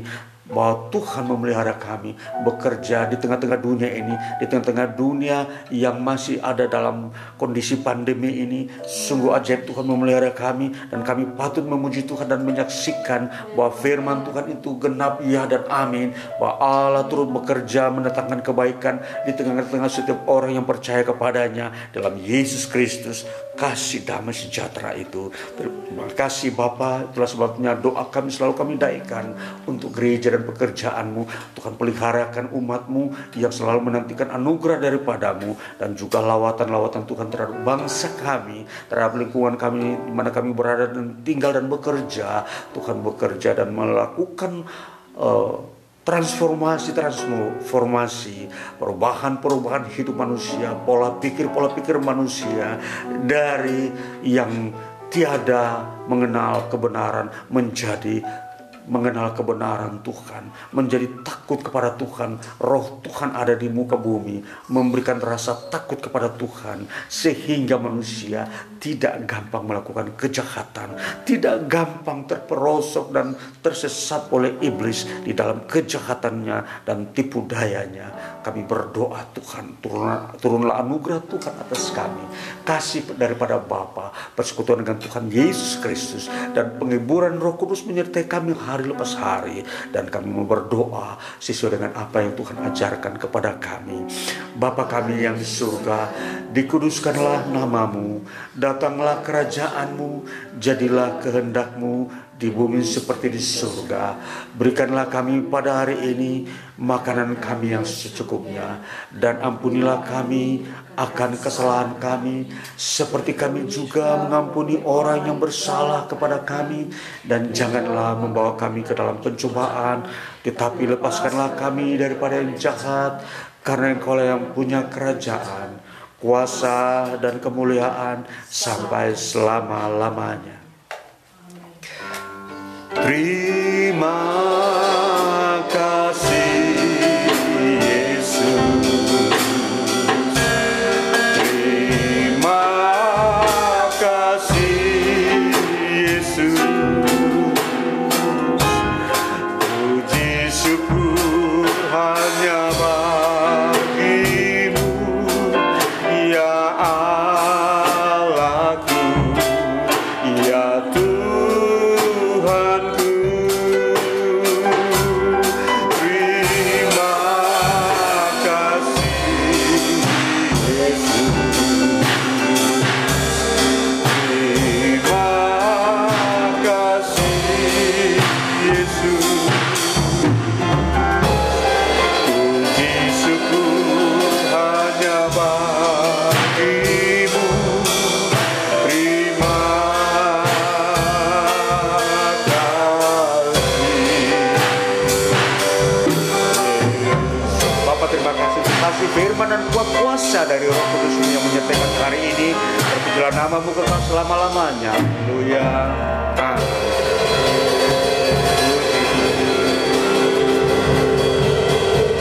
bahwa Tuhan memelihara kami bekerja di tengah-tengah dunia ini, di tengah-tengah dunia yang masih ada dalam kondisi pandemi ini. Sungguh ajaib Tuhan memelihara kami, dan kami patut memuji Tuhan dan menyaksikan bahwa firman Tuhan itu genap ya dan amin, bahwa Allah turut bekerja mendatangkan kebaikan di tengah-tengah setiap orang yang percaya kepadanya dalam Yesus Kristus. Kasih damai sejahtera itu. Terima kasih Bapa. Itulah sebabnya doa kami selalu kami naikkan untuk gereja dan pekerjaanmu. Tuhan peliharakan umatmu yang selalu menantikan anugerah daripadamu, dan juga lawatan-lawatan Tuhan terhadap bangsa kami, terhadap lingkungan kami di mana kami berada dan tinggal dan bekerja. Tuhan bekerja dan melakukan uh, transformasi, transformasi, perubahan-perubahan hidup manusia, pola pikir, pola pikir manusia dari yang tiada mengenal kebenaran menjadi mengenal kebenaran Tuhan, menjadi takut kepada Tuhan. Roh Tuhan ada di muka bumi, memberikan rasa takut kepada Tuhan, sehingga manusia tidak gampang melakukan kejahatan, tidak gampang terperosok dan tersesat oleh iblis di dalam kejahatannya dan tipu dayanya. Kami berdoa Tuhan, turunlah, turunlah anugerah Tuhan atas kami, kasih daripada Bapa, persekutuan dengan Tuhan Yesus Kristus, dan penghiburan Roh Kudus menyertai kami hari lepas hari. Dan kami mau berdoa sesuai dengan apa yang Tuhan ajarkan kepada kami. Bapa kami yang di surga, dikuduskanlah namamu, datanglah kerajaanmu, jadilah kehendakmu di bumi seperti di surga. Berikanlah kami pada hari ini makanan kami yang secukupnya, dan ampunilah kami akan kesalahan kami, seperti kami juga mengampuni orang yang bersalah kepada kami. Dan janganlah membawa kami ke dalam pencobaan, tetapi lepaskanlah kami daripada yang jahat, karena Engkau yang punya kerajaan, kuasa, dan kemuliaan sampai selama-lamanya. Terima kasih Yesus, terima kasih Yesus, puji syukur hanya bagimu ya Allahku, ya Tuhan. Firman dan kuat kuasa dari Roh Kudus yang menyertakan hari ini. Terpujilah namamu kekal selama-lamanya. Haleluya. Amin.